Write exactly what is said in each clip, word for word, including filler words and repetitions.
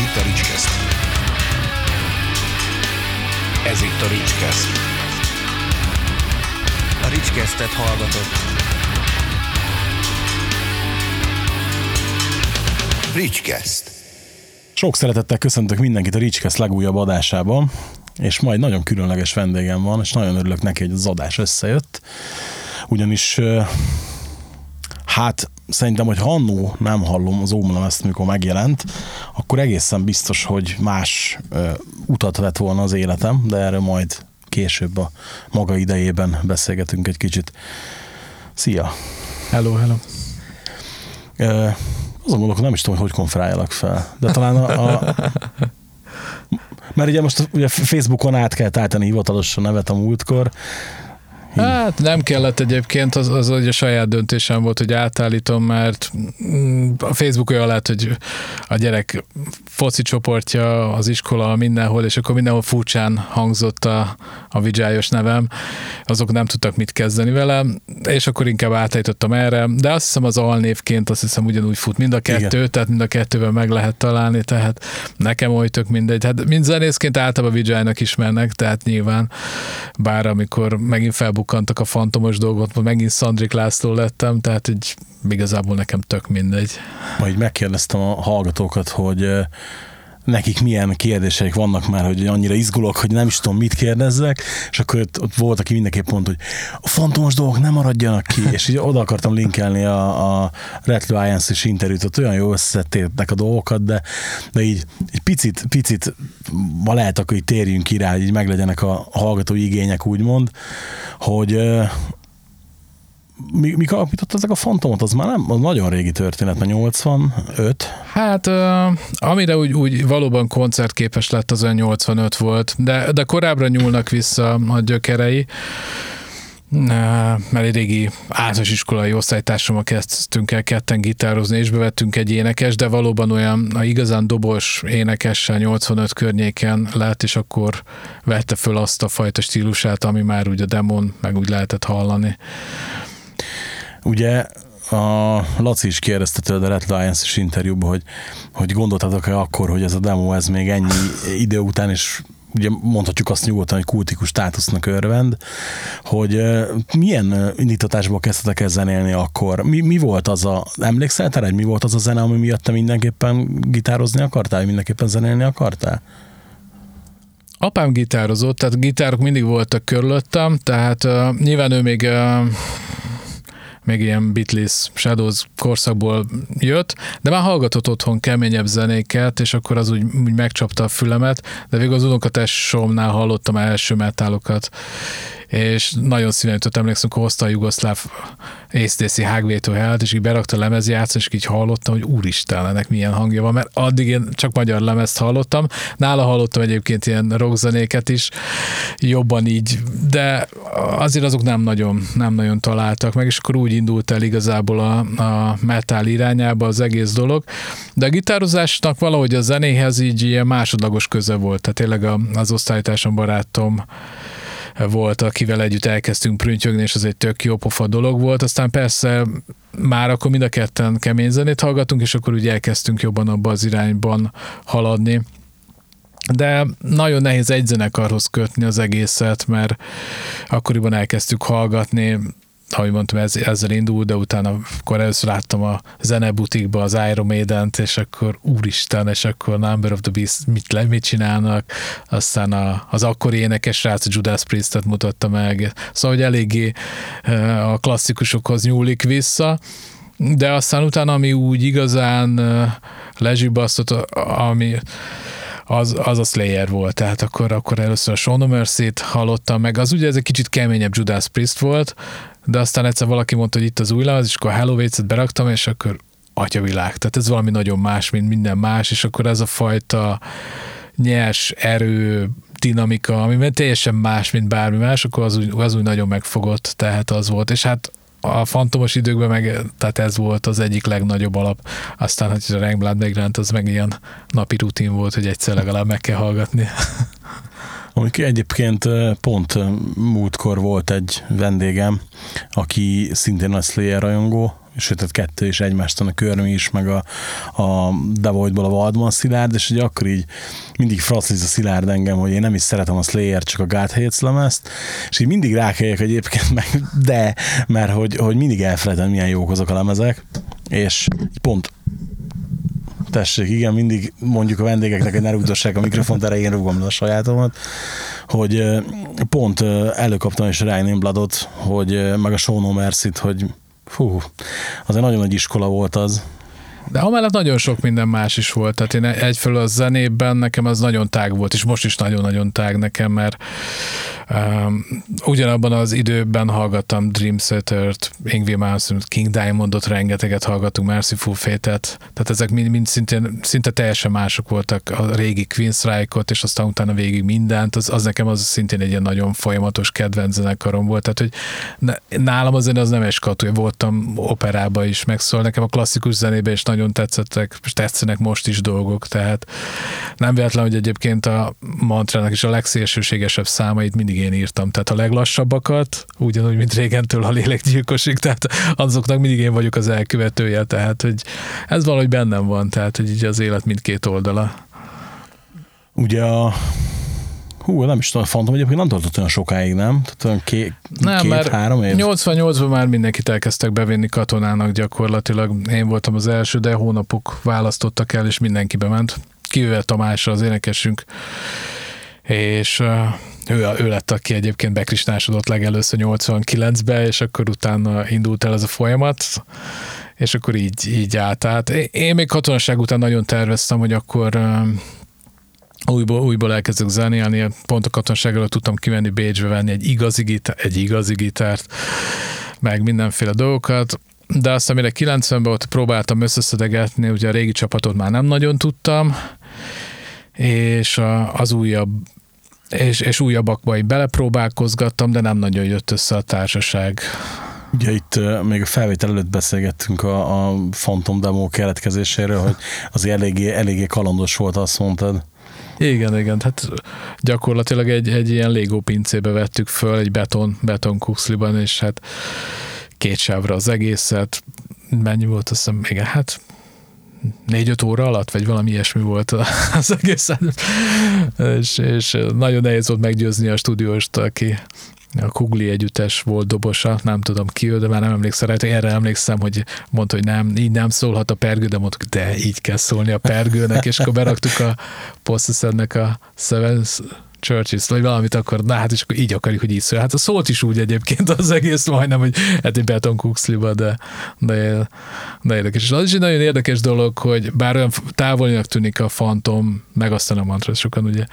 itt a Ricskeszt. Ez itt a Ricskeszt. A Ricskesztet hallgatott. Ricskeszt. Sok szeretettel köszöntök mindenkit a Ricskeszt legújabb adásában, és majd nagyon különleges vendégem van, és nagyon örülök neki, hogy az adás összejött. Ugyanis hát szerintem, hogy ha annó nem hallom az ómlemezt, amikor megjelent, akkor egészen biztos, hogy más uh, utat vett volna az életem, de erről majd később a maga idejében beszélgetünk egy kicsit. Szia! Hello, hello! Uh, azon gondolok, nem is tudom, hogy hogy konferáljalak fel, de talán a... a mert ugye most ugye Facebookon át kellett állítani hivatalosan nevet a múltkor. Hát nem kellett egyébként, az, az ugye a saját döntésem volt, hogy átállítom, mert a Facebook olyan lett, hogy a gyerek foci csoportja, az iskola, mindenhol, és akkor mindenhol furcsán hangzott a, a Vijayos nevem, azok nem tudtak mit kezdeni vele, és akkor inkább átállítottam erre, de azt hiszem az alnévként azt hiszem ugyanúgy fut mind a kettő, igen. Tehát mind a kettőben meg lehet találni, tehát nekem oly tök mindegy. Hát mind zenészként általában Vijaynak ismernek, tehát nyilván, bár amikor megint felbukkantak a fantomos dolgot, megint Szandrik László lettem, tehát így igazából nekem tök mindegy. Majd megkérdeztem a hallgatókat, hogy nekik milyen kérdéseik vannak már, hogy annyira izgulok, hogy nem is tudom, mit kérdezzek, és akkor ott, ott volt, aki mindenképp mondta, hogy a fantomos dolgok nem maradjanak ki, és így oda akartam linkelni a, a Retro Alliance-es interjút, ott olyan jó összetértek a dolgokat, de, de így egy picit, picit ma lehet, akkor így térjünk ki rá, hogy így meglegyenek a hallgatói igények, úgymond, hogy Mi, mikor alapított ezek a Fantomot? Az már nem, az nagyon régi történet, mert nyolcvanöt. Hát uh, amire úgy, úgy valóban koncertképes lett, az olyan nyolcvanöt volt, de, de korábbra nyúlnak vissza a gyökerei, uh, mert egy régi általános iskolai osztálytársammal kezdtünk el ketten gitározni, és bevettünk egy énekes, de valóban olyan a igazán dobos énekessel nyolcvanöt környéken lett, és akkor vette föl azt a fajta stílusát, ami már úgy a demon meg úgy lehetett hallani. Ugye a Laci is kérdezte tőled a Retro Alliance-es interjúban, hogy, hogy gondoltatok-e akkor, hogy ez a demo ez még ennyi idő után, és ugye mondhatjuk azt nyugodtan, hogy kultikus státusznak örvend, hogy milyen indítatásból kezdtetek el zenélni akkor? Mi, mi volt az a, emlékszel te, hogy mi volt az a zene, ami miatt te mindenképpen gitározni akartál, mindenképpen zenélni akartál? Apám gitározott, tehát gitárok mindig voltak körülöttem, tehát uh, nyilván ő még uh, még ilyen Beatles, Shadows korszakból jött, de már hallgatott otthon keményebb zenéket, és akkor az úgy, úgy megcsapta a fülemet, de végül az unokatesomnál hallottam első metálokat, és nagyon szíven jutott, emlékszem, hogy hozta a jugoszláv á cé dé cé Hágvétó Held, és így berakta a lemezjátszón, és így hallottam, hogy úristen, ennek milyen hangja van, mert addig én csak magyar lemezt hallottam, nála hallottam egyébként ilyen rockzenéket is, jobban így, de azért azok nem nagyon, nem nagyon találtak meg, és akkor úgy indult el igazából a, a metal irányába az egész dolog, de a gitározásnak valahogy a zenéhez így ilyen másodlagos köze volt, tehát tényleg az osztálytársam barátom volt, akivel együtt elkezdtünk prüntjögni, és az egy tök jó pofa dolog volt. Aztán persze már akkor mind a ketten kemény zenét hallgatunk, és akkor úgy elkezdtünk jobban abba az irányban haladni. De nagyon nehéz egy zenekarhoz kötni az egészet, mert akkoriban elkezdtük hallgatni, ahogy mondtam, ez, ezzel indul, de utána akkor először láttam a zenebutikba az Iron Maident, és akkor úristen, és akkor Number of the Beast mit, le, mit csinálnak, aztán a, az akkori énekes srác Judas Priestet mutatta meg, szóval, hogy eléggé a klasszikusokhoz nyúlik vissza, de aztán utána, ami úgy igazán lezsibbasztott, ami Az, az a Slayer volt, tehát akkor, akkor először a Show No Mercy-t hallottam meg, az ugye ez egy kicsit keményebb Judas Priest volt, de aztán egyszer valaki mondta, hogy itt az új lemez, és akkor a Hello Waits-et beraktam, és akkor atyavilág, tehát ez valami nagyon más, mint minden más, és akkor ez a fajta nyers erő, dinamika, ami teljesen más, mint bármi más, akkor az úgy, az úgy nagyon megfogott, tehát az volt, és hát a fantomos időkben meg, tehát ez volt az egyik legnagyobb alap. Aztán, hogy a Raimblood megjelent, az meg ilyen napi rutin volt, hogy egyszer legalább meg kell hallgatni. Amikor egyébként pont múltkor volt egy vendégem, aki szintén a Slayer rajongó, sőt, tehát kettő is egymástán, a Körmi is, meg a, a Devoidból a Waldman Szilárd, és ugye akkor így mindig fracliz a Szilárd engem, hogy én nem is szeretem a Slayer, csak a God Hates lemezt, és így mindig rákeljek egyébként meg, de, mert hogy, hogy mindig elfelejtem, milyen jók azok a lemezek, és pont tessék, igen, mindig mondjuk a vendégeknek, hogy ne rúgdossák a mikrofont, erre én rúgom le a sajátomat, hogy pont előkaptam is a Ryan in Bloodot, hogy meg a Show No Mercy-t, hogy fú, azért nagyon nagy iskola volt az. De amellett nagyon sok minden más is volt, tehát én egyfelől a zenében nekem az nagyon tág volt, és most is nagyon-nagyon tág nekem, mert um, ugyanabban az időben hallgattam Dream Theater-t, Yngwie Malmsteen, King Diamondot, rengeteget hallgattunk, Mercyful Fate-et, tehát ezek mind, mind szintén, szinte teljesen mások voltak, a régi Queensryche-ot, és aztán utána végig mindent, az, az nekem az szintén egy ilyen nagyon folyamatos kedvenc zenekarom volt, tehát hogy nálam a zene az nem egy skatuja, voltam operába is, meg szóval nekem a klasszikus zenében is nagyon tetszettek, és tetszenek most is dolgok, tehát nem véletlen, hogy egyébként a Mantrának is a legszélsőségesebb számait mindig én írtam, tehát a leglassabbakat, ugyanúgy, mint régentől a lélekgyilkosig, tehát azoknak mindig én vagyok az elkövetője, tehát hogy ez valahogy bennem van, tehát hogy így az élet mindkét oldala. Ugye a Hú, nem is tudom, Phantom egyébként nem tartott olyan sokáig, nem? Tehát olyan ké, nem, két-három év? nyolcvannyolcban már mindenkit elkezdtek bevinni katonának gyakorlatilag. Én voltam az első, de hónapok választottak el, és mindenki bement. Kivéve Tamásra, az énekesünk. És uh, ő, ő lett, aki egyébként bekrisnásodott legelőször nyolcvankilencben, és akkor utána indult el ez a folyamat, és akkor így, így állt át. Én még katonaság után nagyon terveztem, hogy akkor uh, Újból, újból elkezdek zenélni, pont a katonaság előtt tudtam kimenni Bécsbe venni egy igazi, gitár, egy igazi gitárt, meg mindenféle dolgokat, de aztán mire kilencvenben ott próbáltam összeszedegetni, ugye a régi csapatot már nem nagyon tudtam, és az újabb és, és újabbakba így belepróbálkozgattam, de nem nagyon jött össze a társaság. Ugye itt uh, még a felvétel előtt beszélgettünk a, a Phantom demo keletkezéséről, hogy azért eléggé, eléggé kalandos volt, azt mondtad. Igen, igen, hát gyakorlatilag egy, egy ilyen Lego pincébe vettük föl, egy beton, beton kuxliban, és hát két sávra az egészet. Mennyi volt, azt hiszem, igen, hát négy-öt óra alatt, vagy valami ilyesmi volt az egészet. és, és nagyon nehéz volt meggyőzni a stúdióst, aki a Kugli együttes volt dobosa, nem tudom ki ő, de már nem emlékszem rá, erre emlékszem, hogy mondta, hogy nem, így nem szólhat a pergő, de mondtuk, de így kell szólni a pergőnek, és akkor beraktuk a Possessednek a Seven Churches, vagy valamit, akkor na hát, és akkor így akarjuk, hogy így szól. Hát a szólt is úgy egyébként az egész majdnem, hogy hát egy beton kuxliba, de, de, de érdekes. És az is egy nagyon érdekes dolog, hogy bár olyan távolinak tűnik a Phantom, meg aztán a Mantra sokan, ugye,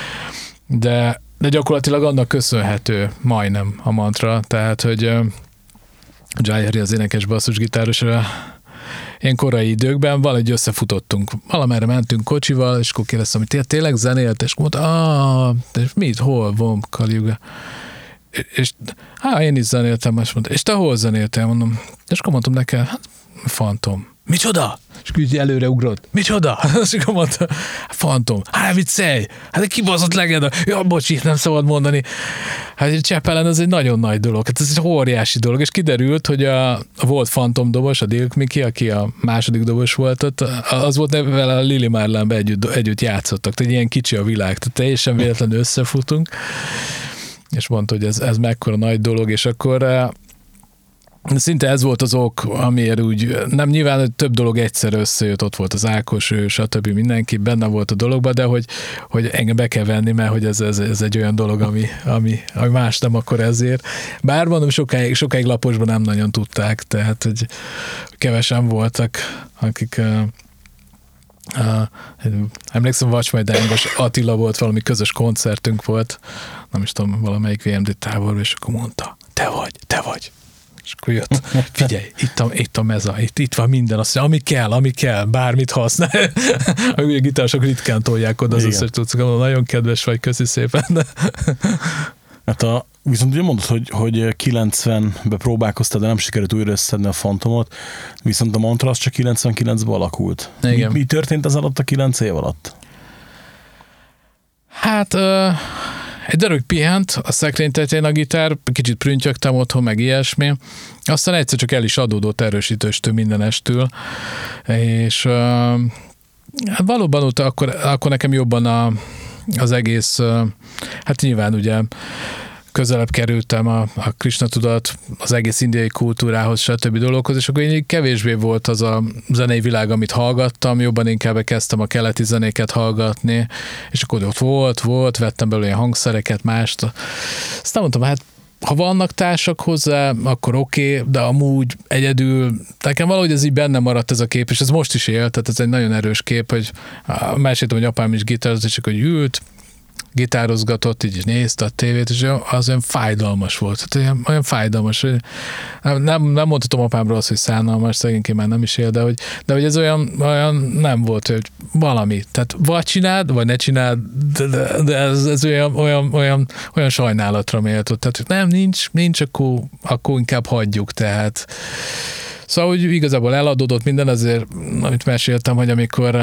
de de gyakorlatilag annak köszönhető majdnem a Mantra, tehát, hogy uh, Jai Harry az énekes basszusgitáros, uh, én korai időkben valahogy összefutottunk. Valamerre mentünk kocsival, és akkor kérdeztem, hogy tényleg zenélt, és mondta, ah, és mit, hol van Kaliuga? És hát én is zenéltem, és mondta, és te hol zenéltél? Mondom, és akkor mondtam neki, hát Phantom. Micsoda? És így előre ugrott. Micsoda? És akkor mondta, Phantom. Hát viccelj! Hát egy kibaszott legenda. Ja, bocsi, nem szabad mondani. Hát Csepelen ez egy nagyon nagy dolog. Hát ez egy óriási dolog. És kiderült, hogy a volt Phantom dobos, a Dilk Miki, aki a második dobos volt ott, az volt vele a Lili Marlenben együtt, együtt játszottak. Tehát ilyen kicsi a világ. Tehát teljesen véletlenül összefutunk. És mondta, hogy ez, ez mekkora nagy dolog, és akkor szinte ez volt az ok, amiért úgy, nem nyilván több dolog egyszer összejött, ott volt az Ákos, ő, stb. Mindenki benne volt a dologban, de hogy, hogy engem be kell venni, mert hogy ez, ez, ez egy olyan dolog, ami, ami, ami más nem akkor ezért. Bár mondom, sokáig, sokáig laposban nem nagyon tudták, tehát hogy kevesen voltak, akik uh, uh, emlékszem, Vacsmajdányos Attila volt, valami közös koncertünk volt, nem is tudom, valamelyik vé em dé távolban, és akkor mondta, te vagy, te vagy. És akkor jött, figyelj, itt a, itt a meza, itt, itt van minden, azt mondja, ami kell, ami kell, bármit használ. Ugye a gitárosok ritkán tolják oda az összes tudsz, nagyon kedves vagy, köszi szépen. Hát a, viszont ugye mondod, hogy, hogy kilencvenben próbálkoztad, de nem sikerült újra összedni a Phantomot, viszont a Mantra az csak kilencvenkilencben alakult. Igen. Mi, mi történt ez alatt a kilenc év alatt? Hát uh, egy darabig pihent a szekrény tetején a gitár, kicsit prüntjögtem otthon, meg ilyesmi. Aztán egyszer csak el is adódott erősítőstől, mindenestől, és uh, hát valóban ott akkor, akkor nekem jobban a, az egész, uh, hát nyilván ugye közelebb kerültem a, a Krishna tudat, az egész indiai kultúrához, stb. Dologhoz, és akkor én kevésbé volt az a zenei világ, amit hallgattam, jobban inkább kezdtem a keleti zenéket hallgatni, és akkor ott volt, volt, vettem belőle ilyen hangszereket, mást. Aztán mondtam, hát ha vannak társak hozzá, akkor oké, okay, de amúgy egyedül, nekem valahogy ez így benne maradt ez a kép, és ez most is él, tehát ez egy nagyon erős kép, hogy meséltem, hogy apám is gitározott, csak hogy ült, gitározgatott, így is nézte a tévét, és az olyan fájdalmas volt. Tehát olyan, olyan fájdalmas, hogy nem, nem mondhatom apámról azt, hogy szánalmas, szegényként már nem is él, de hogy, de hogy ez olyan, olyan nem volt, hogy valami. Tehát vagy csináld, vagy ne csináld, de, de, de ez, ez olyan, olyan, olyan, olyan sajnálatra méltó. Tehát nem, nincs, nincs, akkor, akkor inkább hagyjuk, tehát szóval úgy igazából eladódott minden, azért, amit meséltem, hogy amikor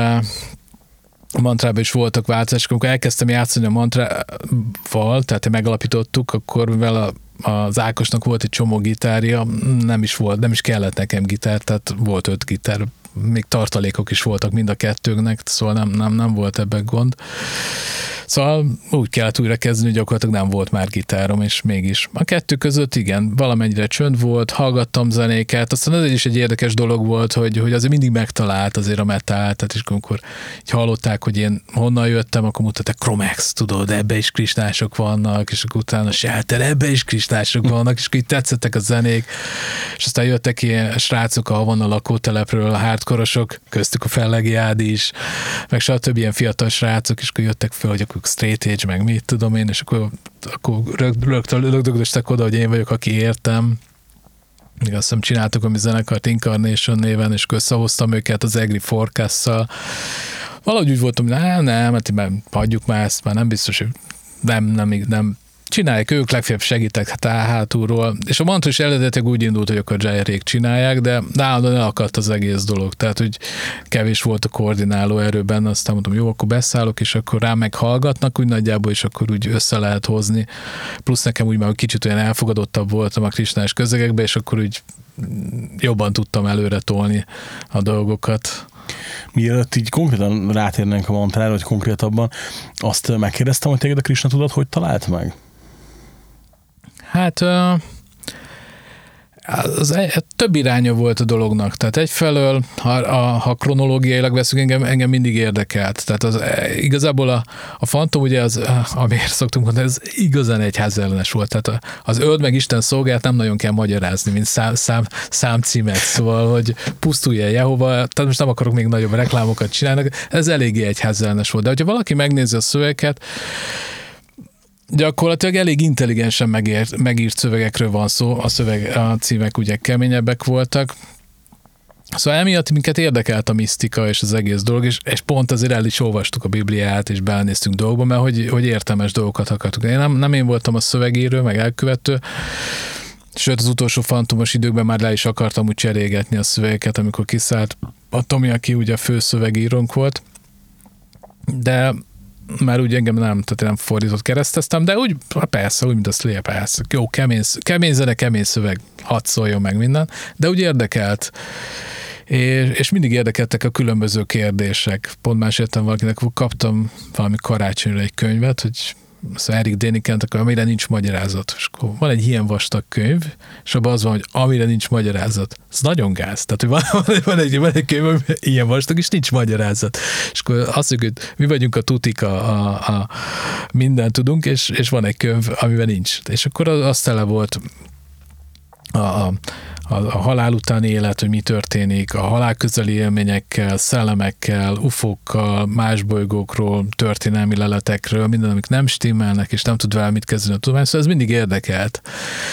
a mantrában is voltak változások, amikor elkezdtem játszani a mantrával, tehát megalapítottuk, akkor mivel a, az Ákosnak volt egy csomó gitárja, nem is volt, nem is kellett nekem gitár, tehát volt öt gitár, még tartalékok is voltak mind a kettőnknek, szóval nem, nem, nem volt ebben gond. Szóval úgy kellett újra kezdeni, hogy gyakorlatilag nem volt már gitárom, és mégis. A kettő között igen, valamennyire csönd volt, hallgattam zenéket, aztán ez is egy érdekes dolog volt, hogy, hogy azért mindig megtalált azért a metal, tehát és amikor így hallották, hogy én honnan jöttem, akkor mutatták Chromax, tudod, ebbe is krisnások vannak, és akkor utána Shelter, ebbe is krisnások vannak, és akkor így tetszettek a zenék, és aztán jöttek ilyen srácok a van a lakótelepről, a hardkorosok, köztük a Fellegi Ádi is, meg stb. Ilyen fiatal srácok, és akkor jöttek fel, hogy akkor straight edge, meg mit tudom én, és akkor, akkor rögdögdöstek oda, hogy én vagyok, aki értem. Még azt hiszem csináltuk a mi zenekart Incarnation néven, és összehoztam őket az Egri Forecast-szal. Valahogy úgy voltam, hogy nem, nem, hát hagyjuk már ezt, már nem biztos, hogy nem, nem, nem csinálják ők, legfeljebb segítek hát hátulról. És a mantra is eredetileg úgy indult, hogy akkor Jayarék csinálják, de állandóan elakadt az egész dolog. Tehát, hogy kevés volt a koordináló erőben, aztán mondtam, jó, akkor beszállok, és akkor rá meghallgatnak, úgy nagyjából, és akkor úgy össze lehet hozni. Plusz nekem úgy már kicsit olyan elfogadottabb voltam a krisnás közegekben, és akkor úgy jobban tudtam előre tolni a dolgokat. Mielőtt így konkrétan rátérnénk a mantrára, vagy konkrétabban, azt megkérdeztem, hogy téged a Krishna tudat hogy talált meg? Hát az, az, több iránya volt a dolognak. Tehát egyfelől, ha, a, ha kronológiailag veszünk, engem, engem mindig érdekelt. Tehát az, igazából a, a fantom, ugye az, amiért szoktunk mondani, ez igazán egyházellenes volt. Tehát az öld meg Isten szolgált nem nagyon kell magyarázni, mint szám, szám, számcímet. Szóval, hogy pusztulj el Jehova, tehát most nem akarok még nagyobb reklámokat csinálni, ez eléggé egyházellenes volt. De hogyha valaki megnézi a szövegeket, gyakorlatilag elég intelligensen megírt, megírt szövegekről van szó, a szöveg, a címek ugye keményebbek voltak. Szóval emiatt minket érdekelt a misztika és az egész dolog, és, és pont azért el is olvastuk a Bibliát, és belenéztünk dolgokba, mert hogy, hogy értelmes dolgokat akartuk. Én nem, nem én voltam a szövegírő, meg elkövető, sőt az utolsó fantomos időkben már le is akartam úgy cserégetni a szövegeket, amikor kiszállt a Tomi, aki ugye a fő szövegírónk volt, de már úgy engem nem, tehát én nem fordított kereszteztem, de úgy persze, úgy, mint a Slayer, persze. Jó, kemény, kemény zene, kemény szöveg, hadd szóljon meg minden, de úgy érdekelt. És, és mindig érdekeltek a különböző kérdések. Pont más értem valakinek, kaptam valami karácsonyra egy könyvet, hogy szóval Erik Dénikent, akkor amire nincs magyarázat. És akkor van egy ilyen vastag könyv, és abban az van, hogy amire nincs magyarázat. Ez nagyon gáz. Tehát, hogy van, van, egy, van egy könyv, ami ilyen vastag, és nincs magyarázat. És akkor azt mondjuk, hogy mi vagyunk a tutik, a, a, a mindent tudunk, és, és van egy könyv, amiben nincs. És akkor az, az tele volt a, a a halál utáni élet, hogy mi történik, a halál közeli élményekkel, szellemekkel, ufókkal, más bolygókról, történelmi leletekről, minden, amik nem stimmelnek, és nem tud vele mit kezdeni a tudomány, szóval ez mindig érdekelt.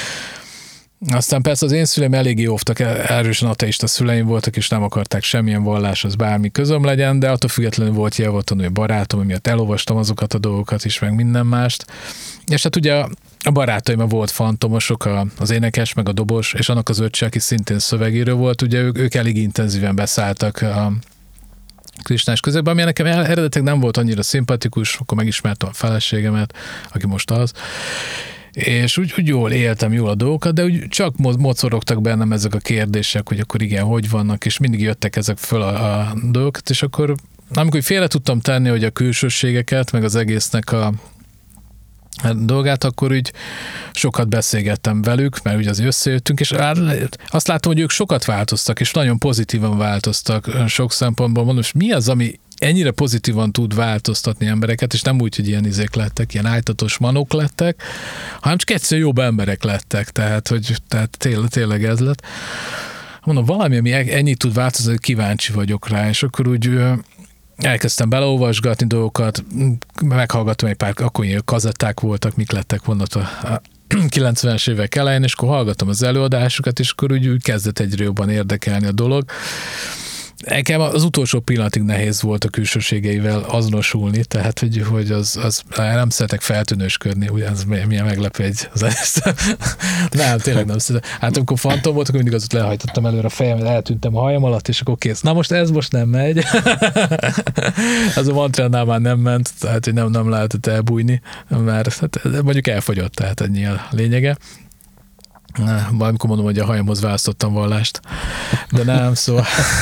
Aztán persze az én szüleim eléggé óvtak, erősen ateista szüleim voltak, és nem akarták semmilyen valláshoz bármi közöm legyen, de attól függetlenül volt jelvatanúi barátom, amiatt elolvastam azokat a dolgokat is, meg minden mást. És hát ugye a barátaim volt fantomosok, az énekes, meg a dobos, és annak az öccse, aki szintén szövegíró volt, ugye ők, ők elég intenzíven beszálltak a Krisnás közegben, ami nekem eredetileg nem volt annyira szimpatikus, akkor megismertem a feleségemet, aki most az, és úgy, úgy jól éltem jól a dolgokat, de úgy csak mocorogtak bennem ezek a kérdések, hogy akkor igen, hogy vannak, és mindig jöttek ezek föl a, a dolgokat, és akkor amikor félre tudtam tenni, hogy a külsőségeket, meg az egésznek a dolgát, akkor úgy sokat beszélgettem velük, mert ugye azért összejöttünk, és azt látom, hogy ők sokat változtak, és nagyon pozitívan változtak sok szempontból. Mondom, és mi az, ami ennyire pozitívan tud változtatni embereket, és nem úgy, hogy ilyen izék lettek, ilyen ájtatos manók lettek, hanem csak egyszerűen jobb emberek lettek, tehát, hogy tehát tényleg, tényleg ez lett. Mondom, valami, ami ennyit tud változni, kíváncsi vagyok rá, és akkor úgy elkezdtem beleolvasgatni dolgokat, meghallgattam egy pár, akkor ilyen kazetták voltak, mik lettek volna a kilencvenes évek elején, és akkor hallgattam az előadásokat, és akkor úgy, úgy kezdett egyre jobban érdekelni a dolog. Nekem az utolsó pillanatig nehéz volt a külsőségeivel azonosulni, tehát hogy, hogy az, az, nem szeretek feltűnősködni, ugye ez milyen meglepő egy az ezt. Nem, tényleg nem szeretek. Hát amikor fantom volt, akkor mindig azot lehajtottam előre a fejem, eltűntem a hajam alatt, és akkor kész. Na most ez most nem megy. Ez a mantránál már nem ment, tehát hogy nem, nem lehetett elbújni, mert hát mondjuk elfogyott, tehát ennyi a lényege. Valamikor mondom, hogy a hajamhoz választottam vallást, de nem, szóval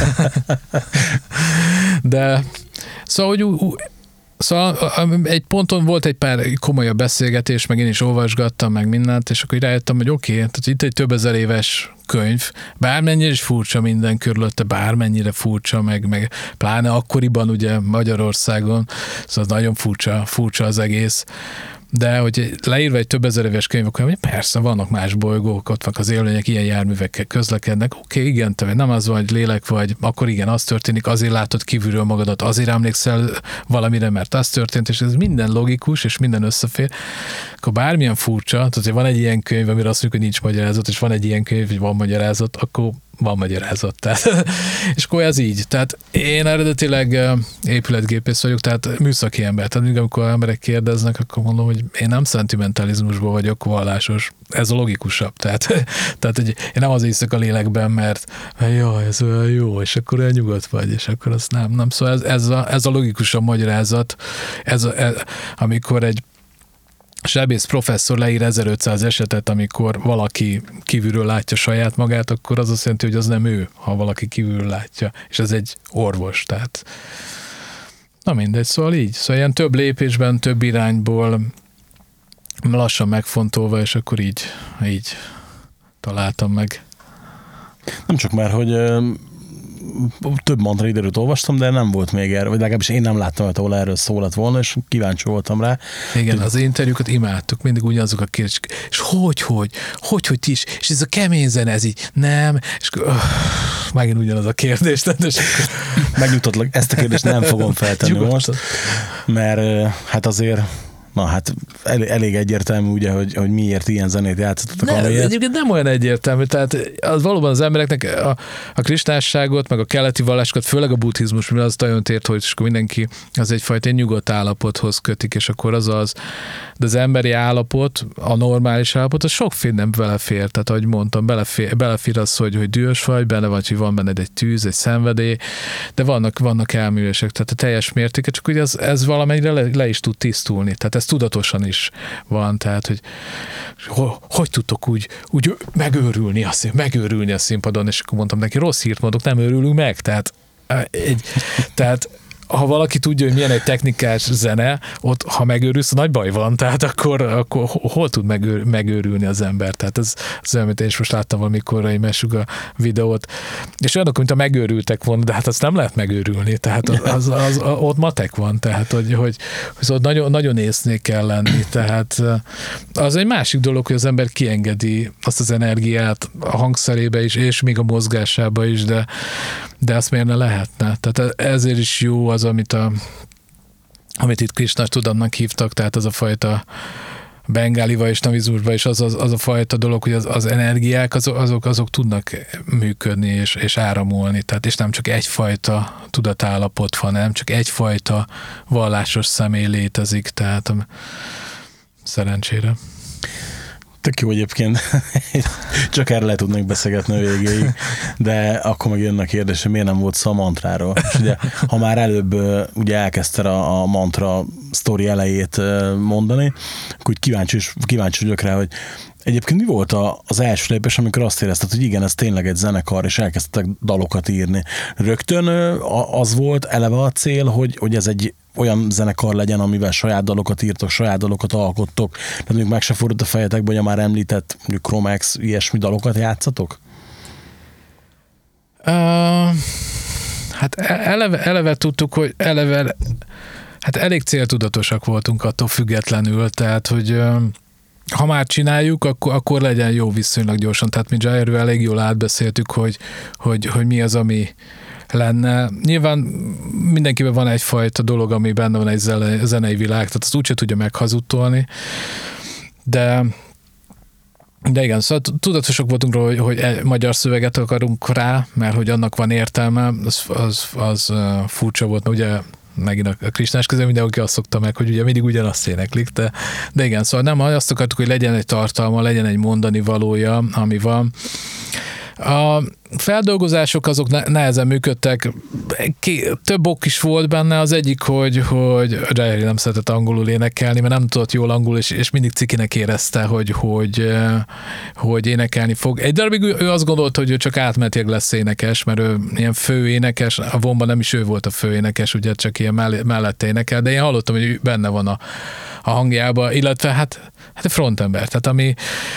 de szóval, hogy szóval egy ponton volt egy pár komolyabb beszélgetés, meg én is olvasgattam, meg mindent, és akkor rájöttem, hogy oké, okay, tehát itt egy több ezer éves könyv, bármennyire is furcsa minden körülötte, bármennyire furcsa, meg, meg pláne akkoriban ugye Magyarországon, szóval nagyon furcsa, furcsa az egész. De hogy leírva egy több ezer éves könyv, akkor hogy persze, vannak más bolygók, ott vannak az élőlények, ilyen járművekkel közlekednek, oké, okay, igen, te nem az vagy, lélek vagy, akkor igen, az történik, azért látod kívülről magadat, azért emlékszel valamire, mert az történt, és ez minden logikus, és minden összefér. Akkor bármilyen furcsa, tehát hogy van egy ilyen könyv, amire azt mondjuk, hogy nincs magyarázat, és van egy ilyen könyv, hogy van magyarázat, akkor van magyarázat. Tehát, és akkor ez így. Tehát én eredetileg épületgépész vagyok, tehát műszaki ember. Tehát amikor emberek kérdeznek, akkor mondom, hogy én nem szentimentalizmusból vagyok vallásos. Ez a logikusabb. Tehát, tehát hogy én nem az hiszek a lélekben, mert jaj, ez olyan jó, és akkor olyan nyugodt vagy, és akkor azt nem. nem. Szóval ez, ez, a, ez a logikusabb magyarázat, ez, a, ez amikor egy sebész professzor leír ezerötszáz esetet, amikor valaki kívülről látja saját magát, akkor az azt jelenti, hogy az nem ő, ha valaki kívülről látja. És ez egy orvos, tehát na mindegy, szóval így. Szóval ilyen több lépésben, több irányból lassan megfontolva, és akkor így, így találtam meg. Nem csak már, hogy több mantra időt olvastam, de nem volt még erről, vagy legalábbis én nem láttam, hogy ahol erről szó lett volna, és kíváncsi voltam rá. Igen, az interjúkat imádtuk, mindig ugyanazok a kérdések, és hogy, hogy, hogy, hogy ti is, és ez a kemény zene, ez így, nem, és öh, megint ugyanaz a kérdés. És megnyugtatlak, ezt a kérdést nem fogom feltenni Gyugodtan. most, mert hát azért na hát elég, elég egyértelmű ugye, hogy, hogy miért ilyen zenét játszottak. Ne, egyébként nem olyan egyértelmű, tehát az valóban az embereknek a, a krisnásságot, meg a keleti vallásokat, főleg a buddhizmus, mivel az nagyon tért, hogy akkor mindenki az egyfajta nyugodt állapothoz kötik, és akkor az az, de az emberi állapot, a normális állapot, az sokféle nem belefér, tehát ahogy mondtam, belefér, belefér az, hogy, hogy dühös vagy, benne vagy, hogy van benned egy tűz, egy szenvedély, de vannak, vannak elműlések, tehát a teljes mértéke, csak ugye ez, ez valamennyire le, le is tud tisztulni, tehát ez tudatosan is van, tehát, hogy hogy, hogy tudtok úgy, úgy megőrülni a, szín, megőrülni a színpadon, és akkor mondtam neki, rossz hírt mondok, nem őrülünk meg, tehát, egy, tehát ha valaki tudja, hogy milyen egy technikás zene, ott, ha megőrülsz, nagy baj van, tehát akkor, akkor hol tud megőr, megőrülni az ember? Tehát ez az olyan, amit én is most láttam valamikor egy Meshuggah videót, és olyanok, mint a megőrültek volna, de hát azt nem lehet megőrülni, tehát az, az, az, ott matek van, tehát hogy, hogy, hogy ott nagyon, nagyon észnél kell lenni, tehát az egy másik dolog, hogy az ember kiengedi azt az energiát a hangszerébe is, és még a mozgásába is, de, de azt miért ne lehetne? Tehát ezért is jó az, amit, a, amit itt Krisna tudatnak hívtak, tehát az a fajta bengálival és navizmusban is az, az, az a fajta dolog, hogy az, az energiák azok, azok, azok tudnak működni és, és áramolni, tehát és nem csak egyfajta tudatállapot van, nem csak egyfajta vallásos személy létezik, tehát szerencsére. Tök jó egyébként, csak erre le tudnék beszélgetni a végéig, de akkor meg jönnek kérdése, miért nem volt szó a mantráról. És ugye, ha már előbb ugye elkezdte a, a mantra sztori elejét mondani, akkor úgy kíváncsi, kíváncsi vagyok rá, hogy egyébként mi volt az első lépés, amikor azt érezted, hogy igen, ez tényleg egy zenekar, és elkezdtek dalokat írni. Rögtön az volt eleve a cél, hogy, hogy ez egy olyan zenekar legyen, amivel saját dalokat írtok, saját dalokat alkottok. Tehát mondjuk meg se fordult a fejetekbe, hogy a már említett mondjuk Chromax, ilyesmi dalokat játszatok? Uh, hát eleve, eleve tudtuk, hogy eleve hát elég céltudatosak voltunk attól függetlenül, tehát, hogy ha már csináljuk, akkor, akkor legyen jó viszonylag gyorsan. Tehát mi Jairvel elég jól átbeszéltük, hogy, hogy, hogy mi az, ami lenne. Nyilván mindenkiben van egyfajta dolog, ami benne van egy zenei világ, tehát az úgyse tudja meghazudtolni, de de igen, szóval tudatosak voltunk róla, hogy, hogy egy magyar szöveget akarunk rá, mert hogy annak van értelme, az, az, az furcsa volt, mert ugye megint a Krisnás közben mindenki azt szokta meg, hogy ugye mindig ugyanazt éneklik, de, de igen, szóval nem azt akartuk, hogy legyen egy tartalma, legyen egy mondani valója, ami van. A feldolgozások azok nehezen működtek, több ok is volt benne, az egyik, hogy, hogy Jair nem szeretett angolul énekelni, mert nem tudott jól angolul, és, és mindig cikinek érezte, hogy, hogy, hogy énekelni fog. Egy darabig ő azt gondolta, hogy ő csak átmenetileg lesz énekes, mert ő ilyen fő énekes, a vonban nem is ő volt a fő énekes, ugye csak ilyen mellett énekel, de én hallottam, hogy benne van a, a hangjában, illetve hát, hát a frontember, tehát ami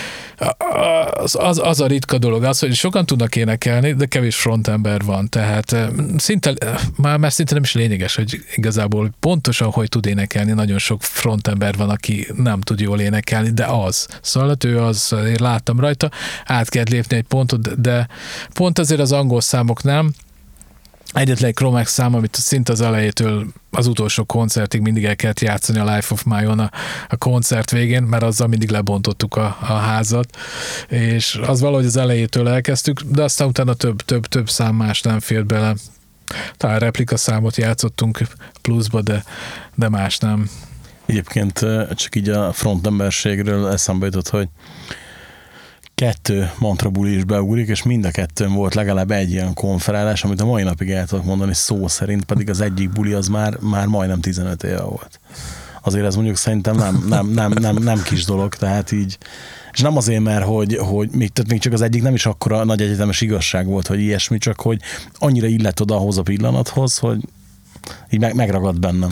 Az, az, az a ritka dolog, az, hogy sokan tudnak énekelni, de kevés frontember van, tehát szinte, már, már szinte nem is lényeges, hogy igazából pontosan, hogy tud énekelni, nagyon sok frontember van, aki nem tud jól énekelni, de az. Szóval ő az, én láttam rajta, át kellett lépni egy pontot, de pont azért az angol számok nem. Egyetlen egy Chromax szám, amit szinte az elejétől az utolsó koncertig mindig el kellett játszani a Life of Mine-on a, a koncert végén, mert azzal mindig lebontottuk a, a házat, és az valahogy az elejétől elkezdtük, de aztán utána több, több, több szám más nem fért bele. Talán replika számot játszottunk pluszba, de, de más nem. Egyébként csak így a frontemberségről eszembe jutott, hogy kettő mantrabuli is beugrik, és mind a kettőn volt legalább egy ilyen konferálás, amit a mai napig el tudok mondani szó szerint, pedig az egyik buli az már, már majdnem tizenöt éve volt. Azért ez mondjuk szerintem nem, nem, nem, nem, nem kis dolog, tehát így, és nem azért, mert hogy, hogy még, tehát még csak az egyik nem is akkora nagy egyetemes igazság volt, hogy ilyesmi, csak hogy annyira illett oda ahhoz a pillanathoz, hogy így meg, megragadt bennem.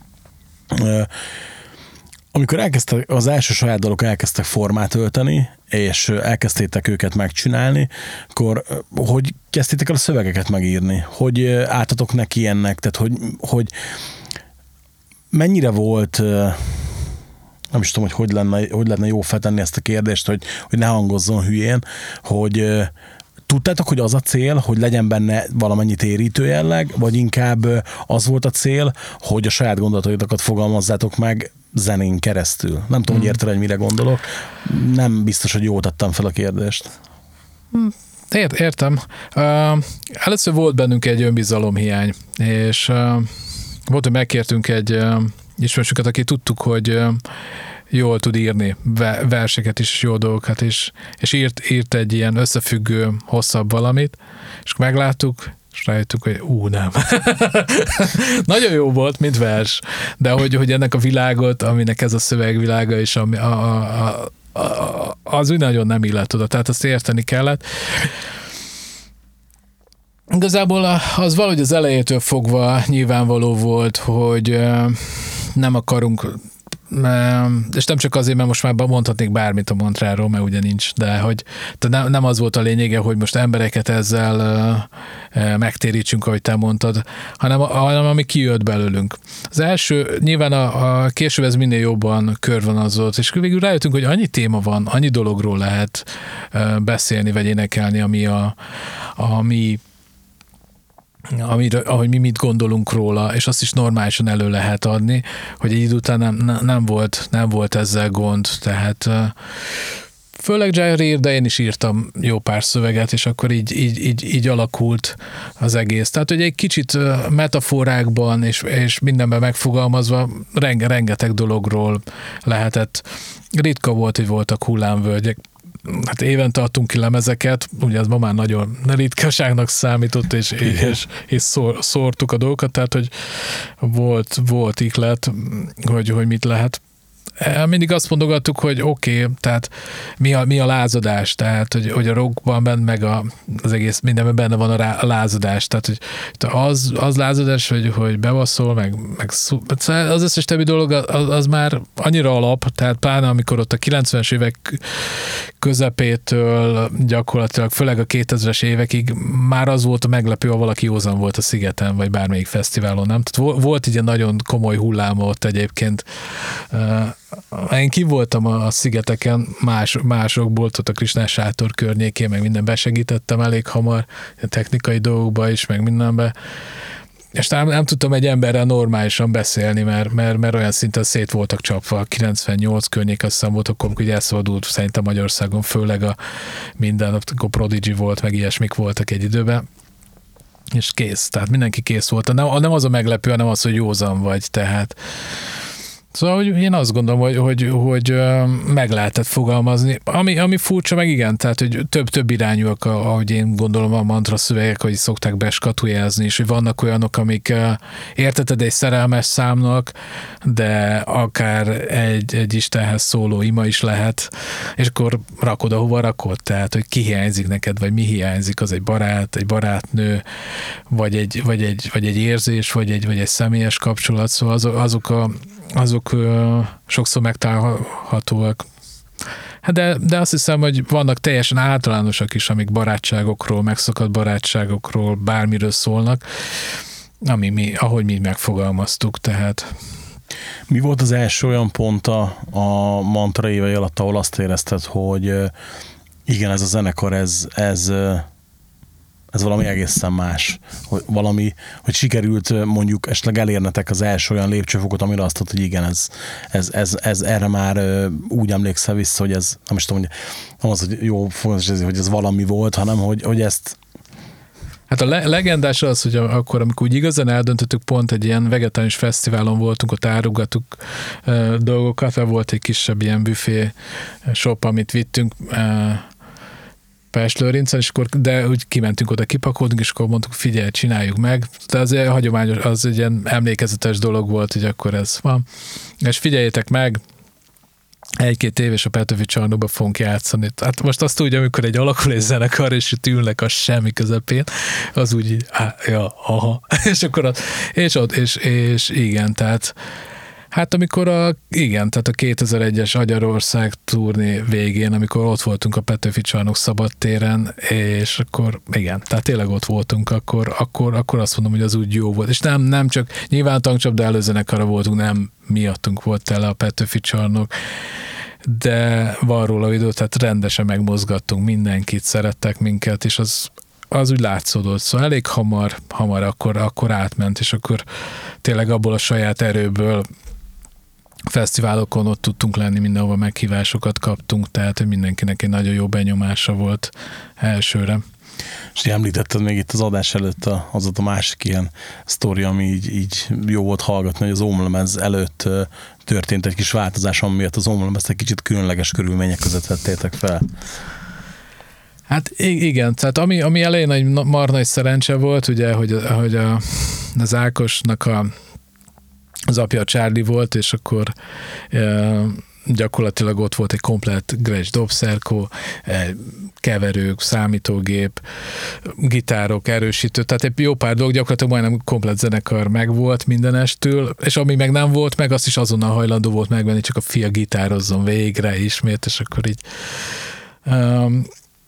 Amikor elkezdtek, az első saját dalok elkezdtek formát ölteni, és elkezdtétek őket megcsinálni, akkor hogy kezdtétek el a szövegeket megírni? Hogy álltatok neki ennek? Tehát, hogy, hogy mennyire volt, nem is tudom, hogy hogy lenne, hogy lenne jó feltenni ezt a kérdést, hogy, hogy ne hangozzon hülyén, hogy tudtátok, hogy az a cél, hogy legyen benne valamennyi térítő jelleg, vagy inkább az volt a cél, hogy a saját gondolatoitokat fogalmazzátok meg zenén keresztül? Nem tudom, hmm. hogy érted, hogy mire gondolok. Nem biztos, hogy jól tettem fel a kérdést. Ért, értem. Uh, először volt bennünk egy önbizalomhiány, és uh, volt, hogy megkértünk egy uh, ismerősünket, aki tudtuk, hogy uh, jól tud írni verseket is, jó dolgokat is, és írt, írt egy ilyen összefüggő, hosszabb valamit, és megláttuk, és rájöttük, hogy ú, nem. Nagyon jó volt, mint vers, de hogy, hogy ennek a világot, aminek ez a szövegvilága is, ami, a, a, a, az úgy nagyon nem illett oda, tehát azt érteni kellett. Igazából az valahogy az elejétől fogva nyilvánvaló volt, hogy nem akarunk, és nem csak azért, mert most már mondhatnék bármit a mantráról, mert ugye nincs, de hogy nem, nem az volt a lényege, hogy most embereket ezzel megtérítsünk, ahogy te mondtad, hanem, hanem ami kijött belőlünk. Az első, nyilván a, a később ez minél jobban körvonazott, és végül rájöttünk, hogy annyi téma van, annyi dologról lehet beszélni, vagy énekelni, ami a, a mi Amire, ahogy mi mit gondolunk róla, és azt is normálisan elő lehet adni, hogy egy idő után nem, nem, volt, nem volt ezzel gond, tehát Főleg Jair, de én is írtam jó pár szöveget, és akkor így, így, így, így alakult az egész. Tehát, hogy egy kicsit metaforákban és, és mindenben megfogalmazva renge, rengeteg dologról lehetett. Ritka volt, hogy voltak hullámvölgyek. Hát évente adtunk ki lemezeket, ugye ez ma már nagyon ritkaságnak számított, és, és, és szór, szórtuk a dolgokat, tehát, hogy volt, volt ihlet, hogy, hogy mit lehet. Mindig azt mondogattuk, hogy oké, okay, tehát mi a, mi a lázadás, tehát hogy, hogy a rockban benne, meg a, az egész mindenben benne van a, rá, a lázadás, tehát hogy az, az lázadás, hogy, hogy bevasszol, meg, meg az összes többi dolog az, az már annyira alap, tehát pláne amikor ott a kilencvenes évek közepétől gyakorlatilag, főleg a kétezres évekig már az volt a meglepő, ha valaki józan volt a Szigeten, vagy bármelyik fesztiválon, nem? Tehát volt egy ilyen nagyon komoly hulláma ott egyébként. Én ki voltam a szigeteken más, másokból, ott a Krisnás sátor környékén, meg minden besegítettem elég hamar, technikai dolgokba is, meg mindenbe. És nem, nem tudtam egy emberrel normálisan beszélni, mert, mert, mert olyan szinten szét voltak csapva. kilencvennyolc környék, azt hiszem volt, akkor, amikor elszabadult szerintem Magyarországon, főleg a minden, akkor Prodigy volt, meg ilyesmik voltak egy időben. És kész. Tehát mindenki kész volt. Nem, nem az a meglepő, hanem az, hogy józan vagy. Tehát szóval hogy én azt gondolom, hogy, hogy, hogy meg lehetett fogalmazni. Ami, ami furcsa, meg igen, tehát hogy több-több irányúak, ahogy én gondolom a mantra szövegek, hogy szokták beskatujázni, és hogy vannak olyanok, amik érteted egy szerelmes számnak, de akár egy, egy Istenhez szóló ima is lehet, és akkor rakod, ahova rakod, tehát hogy ki hiányzik neked, vagy mi hiányzik, az egy barát, egy barátnő, vagy egy, vagy egy, vagy egy érzés, vagy egy, vagy egy személyes kapcsolat, szóval azok, azok a azok ö, sokszor megtalálhatóak. Hát de, de azt hiszem, hogy vannak teljesen általánosak is, amik barátságokról, megszakadt barátságokról, bármiről szólnak, ami mi, ahogy mi megfogalmaztuk, tehát. Mi volt az első olyan pont a, a mantra évei alatt, ahol azt érezted, hogy igen, ez a zenekar, ez, ez ez valami egészen más, hogy valami, hogy sikerült mondjuk esetleg elérnetek az első olyan lépcsőfokot, amire azt mondta, hogy igen, ez, ez, ez, ez erre már úgy emlékszel vissza, hogy ez, nem is tudom, hogy nem az, hogy jó, hogy ez valami volt, hanem hogy, hogy ezt. Hát a le- legendás az, hogy akkor, amikor úgy igazán eldöntöttük, pont egy ilyen vegetáris fesztiválon voltunk, ott árugattuk uh, dolgokat, mert volt egy kisebb ilyen büfé shop, amit vittünk, uh, Pest-Lőrincen, és akkor, de úgy kimentünk oda, kipakoltunk, és akkor mondtuk, figyelj, csináljuk meg. De az egy hagyományos, az egy ilyen emlékezetes dolog volt, hogy akkor ez van. És figyeljétek meg, egy-két év és a Petőfi Csarnokba fogunk játszani. Hát most azt úgy, amikor egy alakul egy zenekar, és itt ülnek a semmi közepén, az úgy így, á, ja, aha. és akkor az, és ott, és, és igen, tehát hát amikor a, igen, tehát a kétezer-egyes Magyarország turné végén, amikor ott voltunk a Petőfi Csarnok szabadtéren, és akkor igen, tehát tényleg ott voltunk, akkor, akkor, akkor azt mondom, hogy az úgy jó volt. És nem, nem csak, nyilván Tankcsap, de előzenekarra voltunk, nem miattunk volt tele a Petőfi Csarnok, de van róla videó, tehát rendesen megmozgattunk mindenkit, szerettek minket, és az az úgy látszódott, szóval elég hamar, hamar akkor, akkor átment, és akkor tényleg abból a saját erőből fesztiválokon ott tudtunk lenni, mindenhova meghívásokat kaptunk, tehát hogy mindenkinek egy nagyon jó benyomása volt elsőre. És említetted még itt az adás előtt az a másik ilyen sztori, ami így, így jó volt hallgatni, hogy az ómlemez előtt történt egy kis változás, ami miatt az ómlemezt egy kicsit különleges körülmények között vettétek fel. Hát igen, tehát ami, ami elején egy marha nagy szerencse volt, ugye, hogy, hogy a, az Ákosnak a az apja a Charlie volt, és akkor e, gyakorlatilag ott volt egy komplett Gretsch dobszerkó, e, keverők, számítógép, gitárok, erősítő, tehát egy jó pár dolog, gyakorlatilag majdnem komplett zenekar megvolt mindenestől, és ami meg nem volt meg, azt is azonnal hajlandó volt megvenni, csak a fia gitározzon végre ismét, és akkor így um,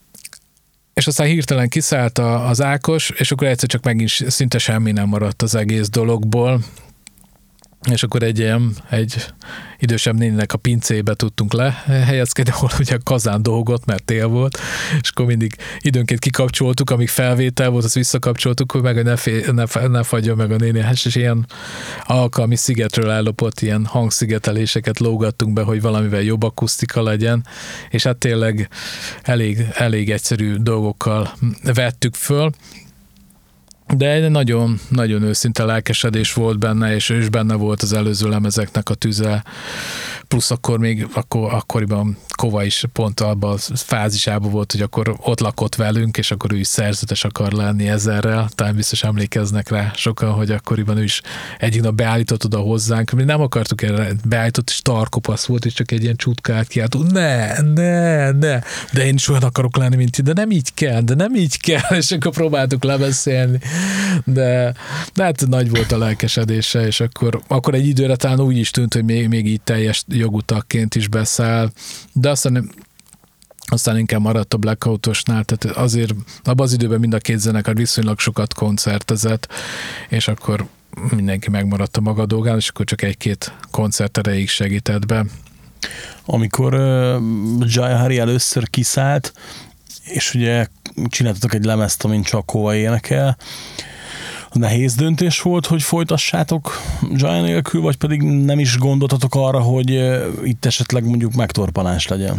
és aztán hirtelen kiszállt az Ákos, és akkor egyszer csak megint szinte semmi nem maradt az egész dologból, és akkor egy ilyen, egy idősebb néninek a pincébe tudtunk lehelyezkedni, ahol ugye kazán dolgot, mert tél volt, és akkor mindig időnként kikapcsoltuk, amíg felvétel volt, azt visszakapcsoltuk, hogy meg ne, fél, ne, ne fagyjon meg a néni, és ilyen alkalmi szigetről ellopott ilyen hangszigeteléseket lógattunk be, hogy valamivel jobb akusztika legyen, és hát tényleg elég, elég egyszerű dolgokkal vettük föl, de egy nagyon, nagyon őszinte lelkesedés volt benne, és ő is benne volt az előző lemezeknek a tüze, plusz akkor még, akkor, akkoriban Kova is pont abban a fázisában volt, hogy akkor ott lakott velünk, és akkor ő is szerzetes akar lenni ezerrel, talán biztos emlékeznek rá sokan, hogy akkoriban ő is egyik nap beállított oda hozzánk, mi nem akartuk erre, beállított, és tarkopasz volt, és csak egy ilyen csutkát kiáltott, ne, ne, ne, de én is olyan akarok lenni, mint ti, de nem így kell, de nem így kell, és akkor próbáltuk lebeszélni, de, de hát nagy volt a lelkesedése, és akkor, akkor egy időre talán úgy is tűnt, hogy még, még így teljes jogutakként is beszáll, de aztán, aztán inkább maradt a Blackoutosnál, tehát azért abban az időben mind a két zenekar viszonylag sokat koncertezett, és akkor mindenki megmaradt a maga dolgán, és akkor csak egy-két koncert erejéig segített be. Amikor uh, Jaya Hari először kiszállt, és ugye csináltatok egy lemezt, amin csak Kova énekel, nehéz döntés volt, hogy folytassátok Jaya nélkül, vagy pedig nem is gondoltatok arra, hogy itt esetleg mondjuk megtorpanás legyen?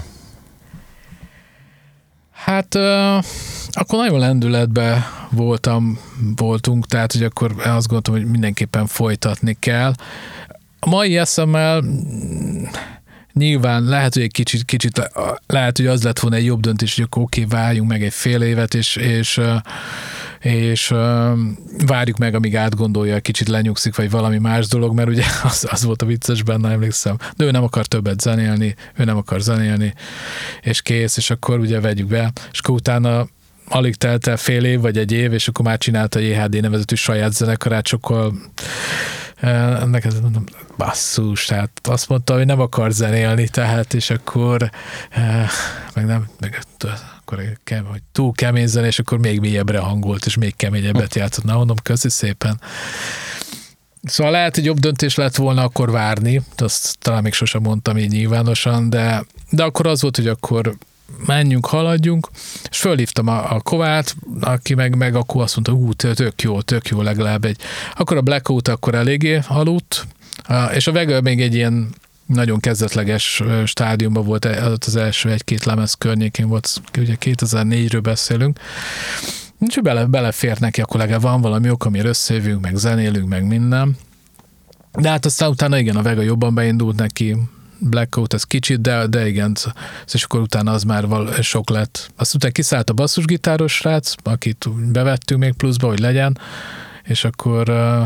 Hát uh, akkor nagyon lendületben voltam, voltunk, tehát hogy akkor azt gondoltam, hogy mindenképpen folytatni kell. A mai eszemmel nyilván lehet, hogy egy kicsit, kicsit lehet, hogy az lett volna egy jobb döntés, hogy akkor oké, várjunk meg egy fél évet, és, és, és várjuk meg, amíg átgondolja, kicsit lenyugszik, vagy valami más dolog, mert ugye az, az volt a vicces benne, emlékszem, de ő nem akar többet zenélni, ő nem akar zenélni, és kész, és akkor ugye vegyük be, és akkor utána alig telt el fél év, vagy egy év, és akkor már csinálta a jé há dé nevezetű saját zenekarát, sokkal ennek ez mondom, basszus, tehát azt mondta, hogy nem akar zenélni, tehát, és akkor meg nem, meg akkor hogy túl kemény zene, és akkor még mélyebbre hangolt, és még keményebbet játszott. Na, mondom, köszi szépen. Szóval lehet, hogy jobb döntés lett volna akkor várni, azt talán még sosem mondtam így nyilvánosan, de, de akkor az volt, hogy akkor menjünk, haladjunk, és fölhívtam a, a Kovát, aki meg, meg akkor azt mondta, hú, tök jó, tök jó, legalább egy. Akkor a Blackout akkor eléggé aludt, és a Vega még egy ilyen nagyon kezdetleges stádiumban volt, az első egy-két lemez környékén volt, ugye kétezer-négyről beszélünk, úgyhogy bele, belefért neki, akkor legalább van valami ok, amire összejövünk, meg zenélünk, meg minden. De hát aztán utána igen, a Vega jobban beindult neki, Blackout, ez kicsit, de, de igen, és akkor utána az már val- sok lett. Azt utána kiszállt a basszusgitáros srác, akit bevettünk még pluszba, hogy legyen, és akkor uh,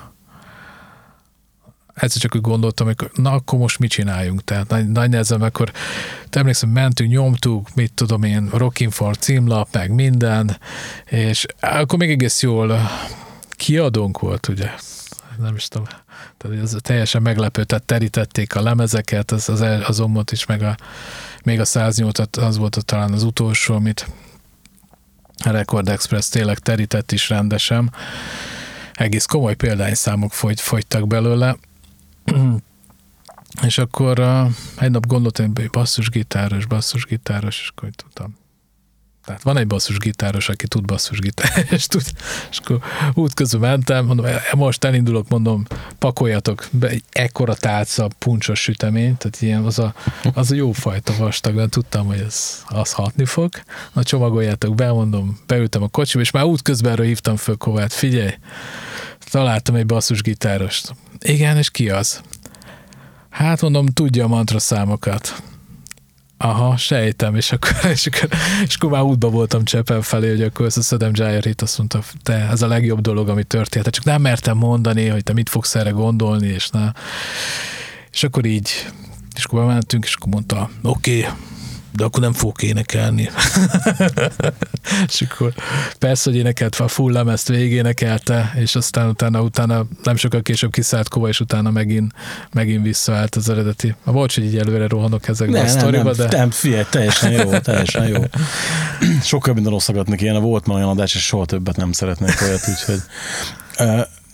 egyszer csak úgy gondoltam, hogy na, akkor most mit csináljunk? Tehát nagy, nagy nehezen, akkor te emlékszem, mentünk, nyomtuk, mit tudom én, Rockin' for címlap, meg minden, és akkor még egész jól kiadónk volt, ugye? Nem is tudom. Tehát ez teljesen meglepő, tehát terítették a lemezeket, az, az, az Ommot is, meg a, még a száznyolcat, az volt a, talán az utolsó, amit a Record Express tényleg terített is rendesen. Egész komoly példányszámok fogy, fogytak belőle. És akkor uh, egy nap gondoltam, hogy basszusgitáros, basszusgitáros, és akkor tudtam. Tehát van egy basszusgitáros, aki tud basszusgitáros, és, tud, és akkor útközben mentem, mondom, most elindulok, mondom, pakoljatok be egy ekkora tálca puncsos sütemény, tehát ilyen az a, az a jó fajta vastag, de tudtam, hogy ez, az hatni fog. Na, csomagoljátok be, mondom, beültem a kocsiba, és már útközben erről hívtam föl Kovát, figyelj, találtam egy basszusgitárost. Igen, és ki az? Hát mondom, tudja a mantra számokat. Aha, sejtem, és akkor, és akkor, és akkor már útba voltam Csepel felé, hogy akkor ezt a Szedem Jayarit, azt mondta, te, ez a legjobb dolog, ami történt. Csak nem mertem mondani, hogy te mit fogsz erre gondolni, és na. És akkor így, és akkor bementünk, és akkor mondta, oké, okay, de akkor nem fogok énekelni. És akkor persze, hogy énekelt a full lemezt, végénekelte, és aztán utána, utána nem sokkal később kiszállt Kova, és utána megint, megint visszaállt az eredeti. A bocs, hogy így előre rohanok ezekben a sztoriba, de... Nem, figyelj, teljesen jó, teljesen jó. Sokkal minden rosszakat neki ilyen, volt már olyan adás, és soha többet nem szeretnék olyat, úgyhogy...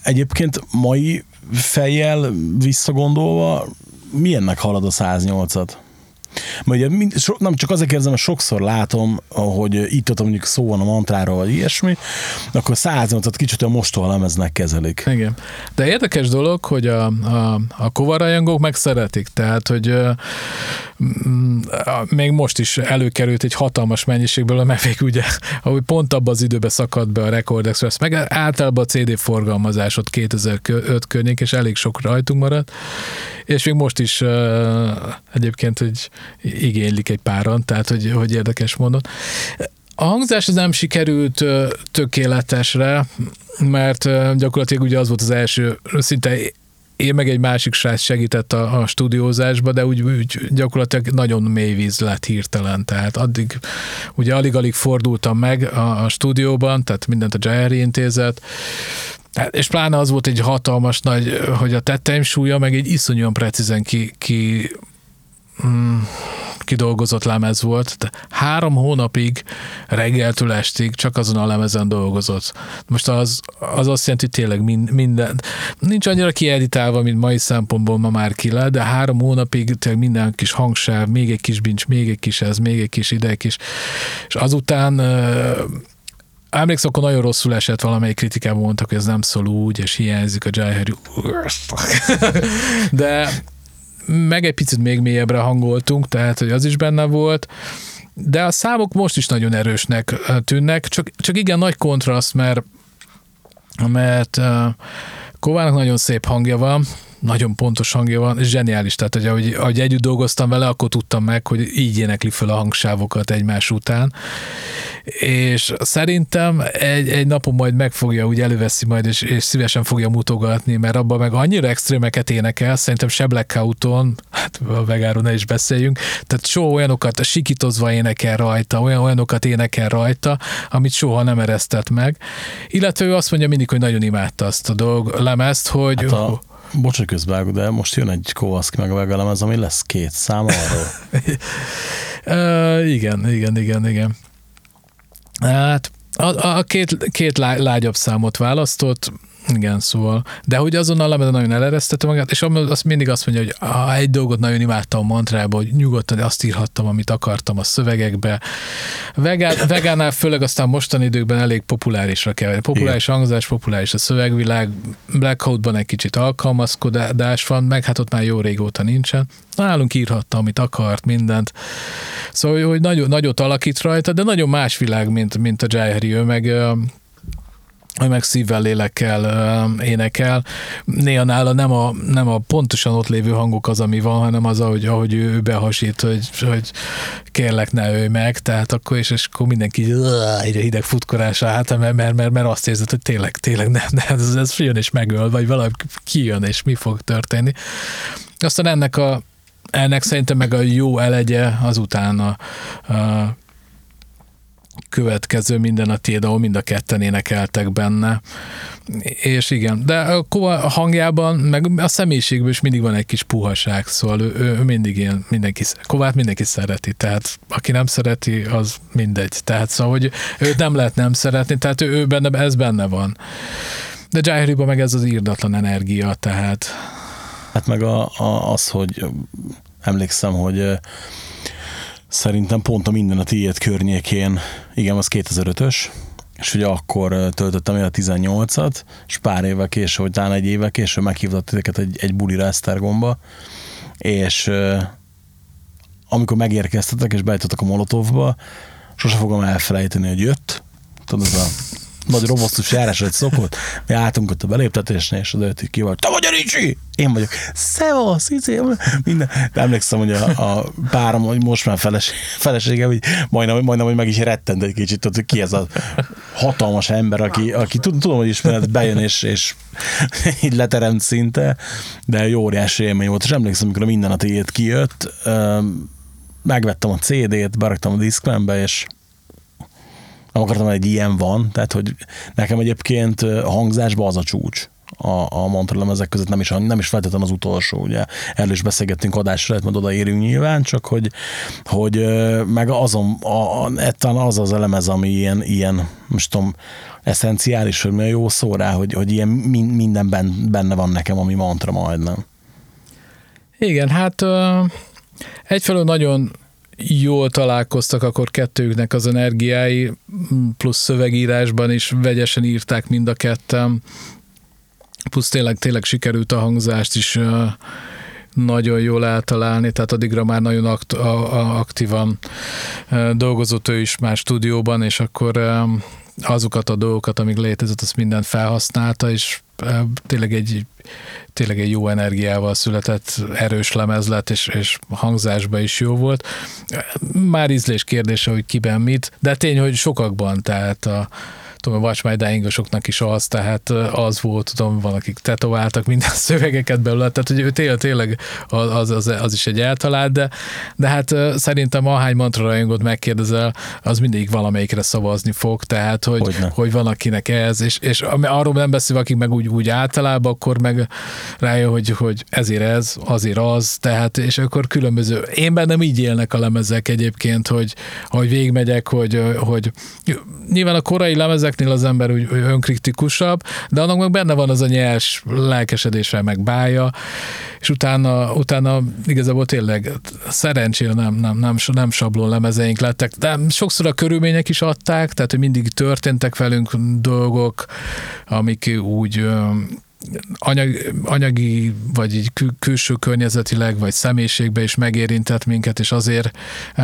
egyébként mai fejjel visszagondolva, milyennek halad a száznyolcat? Mert ugye mind, so, nem csak azért kérdezem, mert sokszor látom, hogy itt ott mondjuk szó van a mantráról, vagy ilyesmi, akkor száznyolcat kicsit a mostoha lemeznek kezelik. Igen. De érdekes dolog, hogy a, a, a kovarajongók meg szeretik, tehát, hogy uh, még most is előkerült egy hatalmas mennyiségből, mert még ugye, ahogy pont abban az időben szakadt be a Record Express, meg általában a cé dé forgalmazás ott kétezer-öt környék, és elég sok rajtunk maradt, és még most is uh, egyébként, hogy igénylik egy páran, tehát, hogy, hogy érdekes módon. A hangzás az nem sikerült uh, tökéletesre, mert uh, gyakorlatilag ugye az volt az első, szinte én meg egy másik srác segített a, a stúdiózásba, de úgy, úgy gyakorlatilag nagyon mély víz lett hirtelen, tehát addig ugye alig-alig fordultam meg a, a stúdióban, tehát mindent a Jai intézet, és pláne az volt egy hatalmas nagy, hogy a tetteim súlya, meg egy iszonyúan precízen ki, ki mm, kidolgozott lemez volt. De három hónapig reggeltől estig csak azon a lemezen dolgozott. Most az, az azt jelenti, hogy tényleg mind, minden, nincs annyira kieditálva, mint mai szempontból ma már ki le, de három hónapig tényleg minden kis hangsáv, még egy kis bincs, még egy kis ez, még egy kis ide, egy kis, és azután emlékszem, akkor nagyon rosszul esett, valamelyik kritikában mondtak, hogy ez nem szól úgy, és hiányzik a Jai Harry. De meg egy picit még mélyebbre hangoltunk, tehát, hogy az is benne volt. De a számok most is nagyon erősnek tűnnek, csak, csak igen nagy kontraszt, mert, mert uh, Kovának nagyon szép hangja van, nagyon pontos hangja van, és zseniális. Tehát, hogy ahogy, ahogy együtt dolgoztam vele, akkor tudtam meg, hogy így énekli fel a hangsávokat egymás után. És szerintem egy, egy napon majd megfogja, úgy előveszi majd, és, és szívesen fogja mutogatni, mert abban meg annyira extrémeket énekel, szerintem se Blackouton, hát a Vegáról ne is beszéljünk, tehát soha olyanokat sikítozva énekel rajta, olyan olyanokat énekel rajta, amit soha nem eresztett meg. Illetve ő azt mondja mindig, hogy nagyon imádta azt a dolg, lemezt, hogy... Hát a... Bocsánat közben, de most jön egy Kowalski meg a Vega lemez, ami lesz két szám arról. uh, igen, igen, igen, igen. Hát a, a két, két lá, lágyabb számot választott, igen, szóval, de hogy azon a lemezen nagyon eleresztette magát, és azt mindig azt mondja, hogy ah, egy dolgot nagyon imádtam a mantrába, hogy nyugodtan azt írhattam, amit akartam a szövegekbe. Vegán, vegánál főleg aztán mostani időkben elég populárisra kell. Populáris hangzás, populáris a szövegvilág, Blackoutban egy kicsit alkalmazkodás van, meg hát ott már jó régóta nincsen. Nálunk írhatta, amit akart, mindent. Szóval, hogy nagyon, nagyot alakít rajta, de nagyon más világ, mint, mint a Jai Harry, ő meg hogy meg szívvel, lélekkel uh, énekel. Néha nála nem a, nem a pontosan ott lévő hangok az, ami van, hanem az, ahogy, ahogy ő behasít, hogy, hogy kérlek, ne ölj meg, tehát akkor és, és akkor mindenki egy hideg futkorása hát, mert, mert, mert, mert azt érzed, hogy tényleg, tényleg ne, ne, ez, ez jön és megöl, vagy valami kijön, és mi fog történni. Aztán ennek, a, ennek szerintem meg a jó elegye azután a, a következő Minden a tiéd, ahol mind a ketten énekeltek benne. És igen, de a Kova hangjában, meg a személyiségben is mindig van egy kis puhaság, szóval ő, ő mindig ilyen, mindenki, Kovát mindenki szereti, tehát aki nem szereti, az mindegy. Tehát szóval, hogy őt nem lehet nem szeretni, tehát ő, ő benne, ez benne van. De Jai Harryban meg ez az irdatlan energia, tehát... Hát meg a, a, az, hogy emlékszem, hogy szerintem pont a Minden a tiéd környékén, igen, az kétezer-ötös, és ugye akkor töltöttem el a tizennyolcat, és pár évvel később, vagy talán egy évvel később meghívott titeket egy, egy bulira Esztergomba, és amikor megérkeztetek, és bejutottak a Molotovba, sose fogom elfelejteni, hogy jött, tudod, az a nagy robosztus járás, hogy szokott, mi álltunk ott a beléptetésnél, és az ötödik ki volt, te vagy a Ricsi! Én vagyok, szevasz, izé, minden. De emlékszem, hogy a, a párom, hogy most már feles, felesége, hogy majdnem, majdnem, hogy meg is rettent egy kicsit, tudod, hogy ki ez a hatalmas ember, aki, aki tudom, hogy ismered, bejön, és, és így leteremt szinte, de jó óriási élmény volt, és emlékszem, amikor a Minden a tiéd kijött, megvettem a cé dét, beraktam a Discmanbe, és nem akartam, hogy egy ilyen van, tehát hogy nekem egyébként a hangzásban az a csúcs a, a mantralemezek között, nem is, nem is feltétlenül az utolsó, ugye erről is beszélgettünk adásra, majd odaérünk nyilván, csak hogy, hogy meg azon, a, a, talán az az elemez, ami ilyen, ilyen, most tudom, eszenciális, hogy milyen jó szó rá, hogy, hogy ilyen mindenben benne van nekem, ami mantra majdnem. Igen, hát uh, egyfelől nagyon jól találkoztak akkor kettőjüknek az energiái, plusz szövegírásban is vegyesen írták mind a ketten, plusz tényleg, tényleg sikerült a hangzást is uh, nagyon jól eltalálni, tehát addigra már nagyon akt- a- a- aktívan uh, dolgozott ő is már stúdióban, és akkor uh, azokat a dolgokat, amik létezett, azt mindent felhasználta, és uh, tényleg egy tényleg egy jó energiával született, erős lemez lett, és, és hangzásban is jó volt. Már ízlés kérdése, hogy kiben mit, de tény, hogy sokakban, tehát a tudom, a Watch My Dying-osoknak is az, tehát az volt, tudom, van, akik tetováltak minden szövegeket belőle, tehát hogy ő tényleg, tényleg az, az, az is egy eltalált, de, de hát szerintem ahány mantra rajongót megkérdezel, az mindig valamelyikre szavazni fog, tehát hogy, hogy van akinek ez, és, és arról nem beszél, akik meg úgy, úgy általában, akkor meg rájön, hogy, hogy ezért ez, azért az, tehát és akkor különböző. Én bennem így élnek a lemezek egyébként, hogy, hogy végigmegyek, hogy, hogy nyilván a korai lemezek az ember úgy önkritikusabb, de annak meg benne van az a nyers lelkesedésre meg bája, és utána, utána igazából tényleg szerencsére nem, nem, nem, nem sablon lemezeink lettek, de sokszor a körülmények is adták, tehát hogy mindig történtek velünk dolgok, amik úgy anyag, anyagi, vagy így kül- külső környezetileg, vagy személyiségbe is megérintett minket, és azért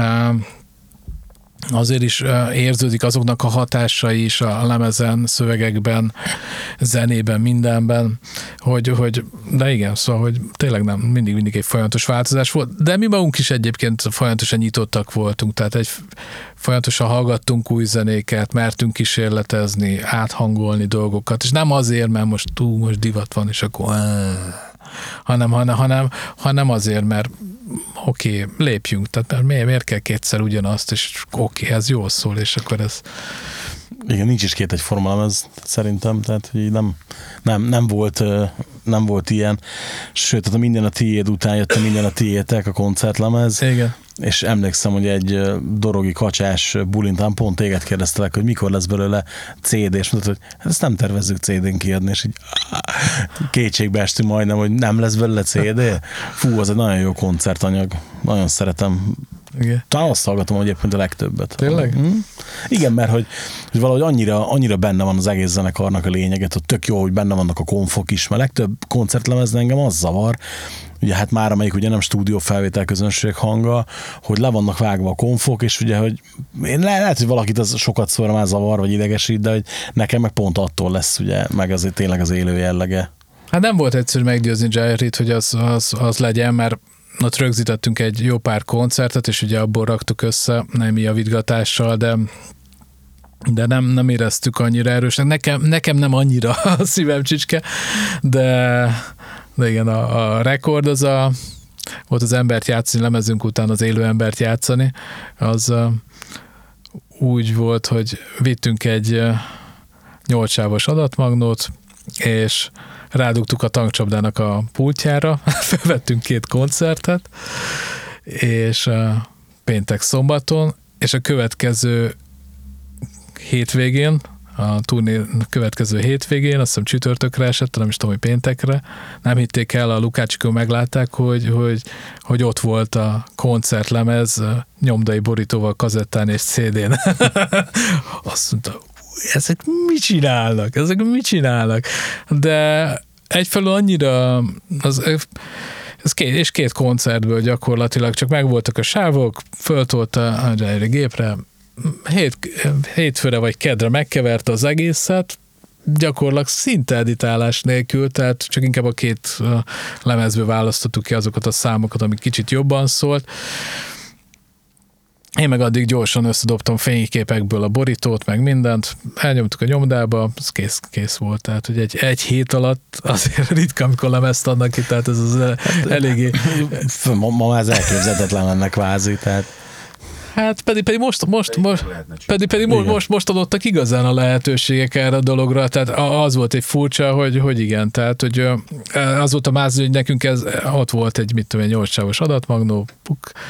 azért is érződik azoknak a hatásai is a lemezen, szövegekben, zenében, mindenben, hogy, hogy de igen, szóval, hogy tényleg nem, mindig, mindig egy folyamatos változás volt, de mi magunk is egyébként folyamatosan nyitottak voltunk, tehát egy folyamatosan hallgattunk új zenéket, mertünk kísérletezni, áthangolni dolgokat, és nem azért, mert most túl, most divat van, és akkor hanem, hanem, hanem, hanem azért, mert oké, okay, lépjünk, tehát miért, miért kell kétszer ugyanazt, és oké, okay, ez jól szól, és akkor ez... Igen, nincs is két egyforma lemez, szerintem, tehát hogy nem, nem, nem, volt, nem volt ilyen, sőt, tehát a Minden a tiéd után jött a Minden a tiétek, a koncertlemez, igen. És emlékszem, hogy egy dorogi kacsás bulintán pont téged kérdeztelek, hogy mikor lesz belőle cé dé, és mondtad, hogy hát ezt nem tervezzük cé dén kiadni, és így kétségbe estünk majdnem, hogy nem lesz belőle cé dé. Fú, az egy nagyon jó koncertanyag, nagyon szeretem. Igen. Talán azt hallgatom egyébként a legtöbbet. Tényleg? Hm? Igen, mert hogy, hogy valahogy annyira, annyira benne van az egész zenekarnak a lényeget, hogy tök jó, hogy benne vannak a konfok is, mert legtöbb koncertlemezen engem az zavar, ugye hát már amelyik ugye nem stúdió felvétel közönség hanga, hogy le vannak vágva a konfok, és ugye, hogy én le, lehet, hogy valakit az sokat szóra már zavar, vagy idegesít, de hogy nekem meg pont attól lesz, ugye, meg azért tényleg az élő jellege. Hát nem volt egyszerű meggyőzni Jairét, hogy az, az, az legyen, mert ott rögzítettünk egy jó pár koncertet, és ugye abból raktuk össze, nem javítgatással, de de nem, nem éreztük annyira erősnek. Nekem, nekem nem annyira a szívem csicske, de, de igen, a, a rekord az a, volt az embert játszani, lemezünk után az élő embert játszani, az a, úgy volt, hogy vittünk egy nyolcsávos adatmagnót, és rádugtuk a tankcsapdának a pultjára, felvettünk két koncertet, és péntek szombaton, és a következő hétvégén, a turné következő hétvégén, azt hiszem csütörtökre esett, nem is tudom, hogy péntekre, nem hitték el, a Lukácsikon meglátták, hogy, hogy, hogy ott volt a koncertlemez nyomdai borítóval, kazettán és cé dén. Azt mondta, ezek mit csinálnak? Ezek mit csinálnak? De egyfelől annyira az, ez két, és két koncertből gyakorlatilag csak megvoltak a sávok, föltolta a gépre, hét, hétfőre vagy kedre megkeverte az egészet, gyakorlatilag szinte editálás nélkül, tehát csak inkább a két lemezből választottuk ki azokat a számokat, amik kicsit jobban szólt. Én meg addig gyorsan összedobtam fényképekből a borítót, meg mindent, elnyomtuk a nyomdába, ez kész, kész volt. Tehát, hogy egy, egy hét alatt azért ritka, amikor lemezt adnak ki, tehát ez az eléggé... Ma, ma már ez elképzelhetetlen lenne kvázi, tehát... Hát pedig, pedig most, most, most, pedig, pedig most, most, most adottak igazán a lehetőségek erre a dologra, tehát az volt egy furcsa, hogy, hogy igen, tehát hogy az volt a máz, hogy nekünk ez, ott volt egy, mit tudom, egy nyolcsávos adatmagnó, puk,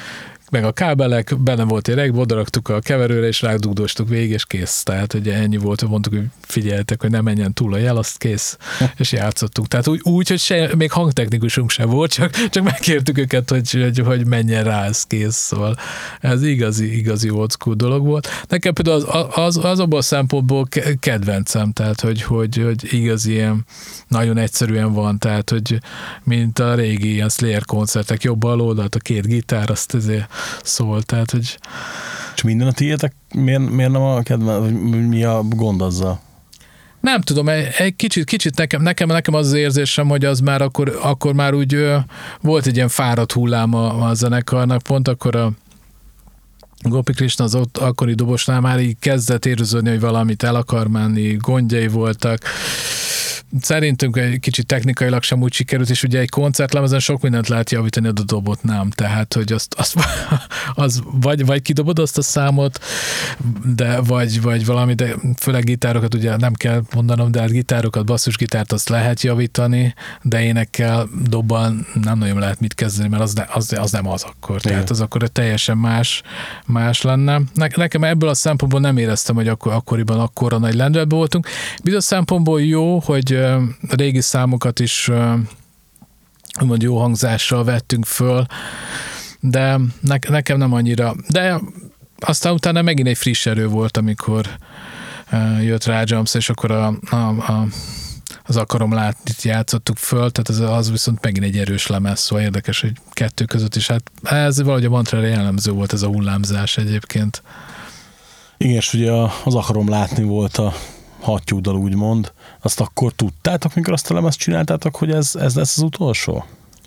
meg a kábelek, benne volt egy reg, odaraktuk a keverőre, és rádugdostuk végig, és kész. Tehát, hogy ennyi volt, hogy mondtuk, hogy figyeltek, hogy ne menjen túl a jel, azt kész, és játszottuk. Tehát úgy, úgy hogy se, még hangtechnikusunk sem volt, csak, csak megkértük őket, hogy, hogy, hogy menjen rá, ez kész. Szóval ez igazi, igazi old school dolog volt. Nekem például az, az, az abban a szempontból kedvencem, tehát, hogy, hogy, hogy igazi ilyen nagyon egyszerűen van, tehát, hogy mint a régi ilyen Slayer koncertek, jobb bal oldalt, a két gitár, azt ezért szól, tehát, hogy... És minden a tiétek, miért, miért nem a kedvenc, mi a gond azzal? Nem tudom, egy, egy kicsit, kicsit nekem, nekem, nekem az az érzésem, hogy az már akkor, akkor már úgy ö, volt egy ilyen fáradt hullám a, a zenekarnak, pont akkor a Gopi Krishna az ott akkori dobosnál már így kezdett éreződni, hogy valamit el akar menni, gondjai voltak. Szerintünk egy kicsit technikailag sem úgy sikerült, és ugye egy koncertlemezen sok mindent lehet javítani, de a dobot nem. Tehát, hogy azt, azt az vagy, vagy kidobod azt a számot, de vagy, vagy valami, de főleg gitárokat ugye nem kell mondanom, de hát gitárokat, basszusgitárt azt lehet javítani, de énekkel, dobban nem nagyon lehet mit kezdeni, mert az, ne, az, az nem az akkor. Igen. Tehát az akkor teljesen más, más lenne. Ne, nekem ebből a szempontból nem éreztem, hogy akkor, akkoriban akkora nagy lendületben voltunk. Bizonyos szempontból jó, hogy a régi számokat is úgymond jó hangzással vettünk föl, de ne, nekem nem annyira. De aztán utána megint egy friss erő volt, amikor jött Rajams, és akkor a, a, a, az Akarom látni játszottuk föl, tehát az, az viszont megint egy erős lemez, szóval érdekes, hogy kettő között is. Hát ez valahogy a Mantrára jellemző volt ez a hullámzás egyébként. Igen, és ugye az Akarom látni volt a hattyúdal úgymond, azt akkor tudtátok, mikor azt a lemezt csináltátok, hogy ez, ez lesz az utolsó?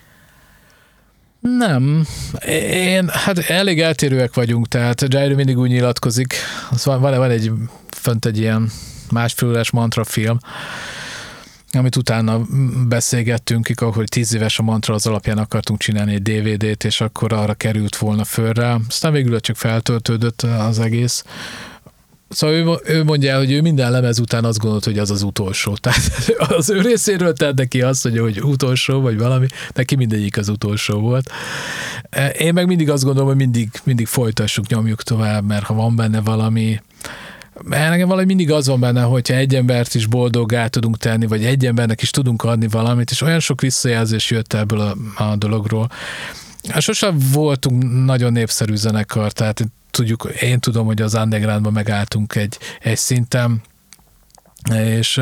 Nem. Én, hát elég eltérőek vagyunk, tehát Jairo mindig úgy nyilatkozik, az van, van, van egy fönt egy ilyen másfél órás mantra film, amit utána beszélgettünk, hogy tíz éves a mantra, az alapján akartunk csinálni egy dé vé dét, és akkor arra került volna fölre. Aztán végül csak feltöltődött az egész. Szóval ő, ő mondja el, hogy ő minden lemez után azt gondolt, hogy az az utolsó. Tehát az ő részéről tett neki azt, hogy, hogy utolsó, vagy valami, neki mindegyik az utolsó volt. Én meg mindig azt gondolom, hogy mindig, mindig folytassuk, nyomjuk tovább, mert ha van benne valami, mert nekem valahogy mindig az van benne, hogyha egy embert is boldoggá tudunk tenni, vagy egy embernek is tudunk adni valamit, és olyan sok visszajelzés jött ebből a, a dologról. Sosem voltunk nagyon népszerű zenekar, tehát tudjuk, én tudom, hogy az undergroundban megálltunk egy, egy szinten, és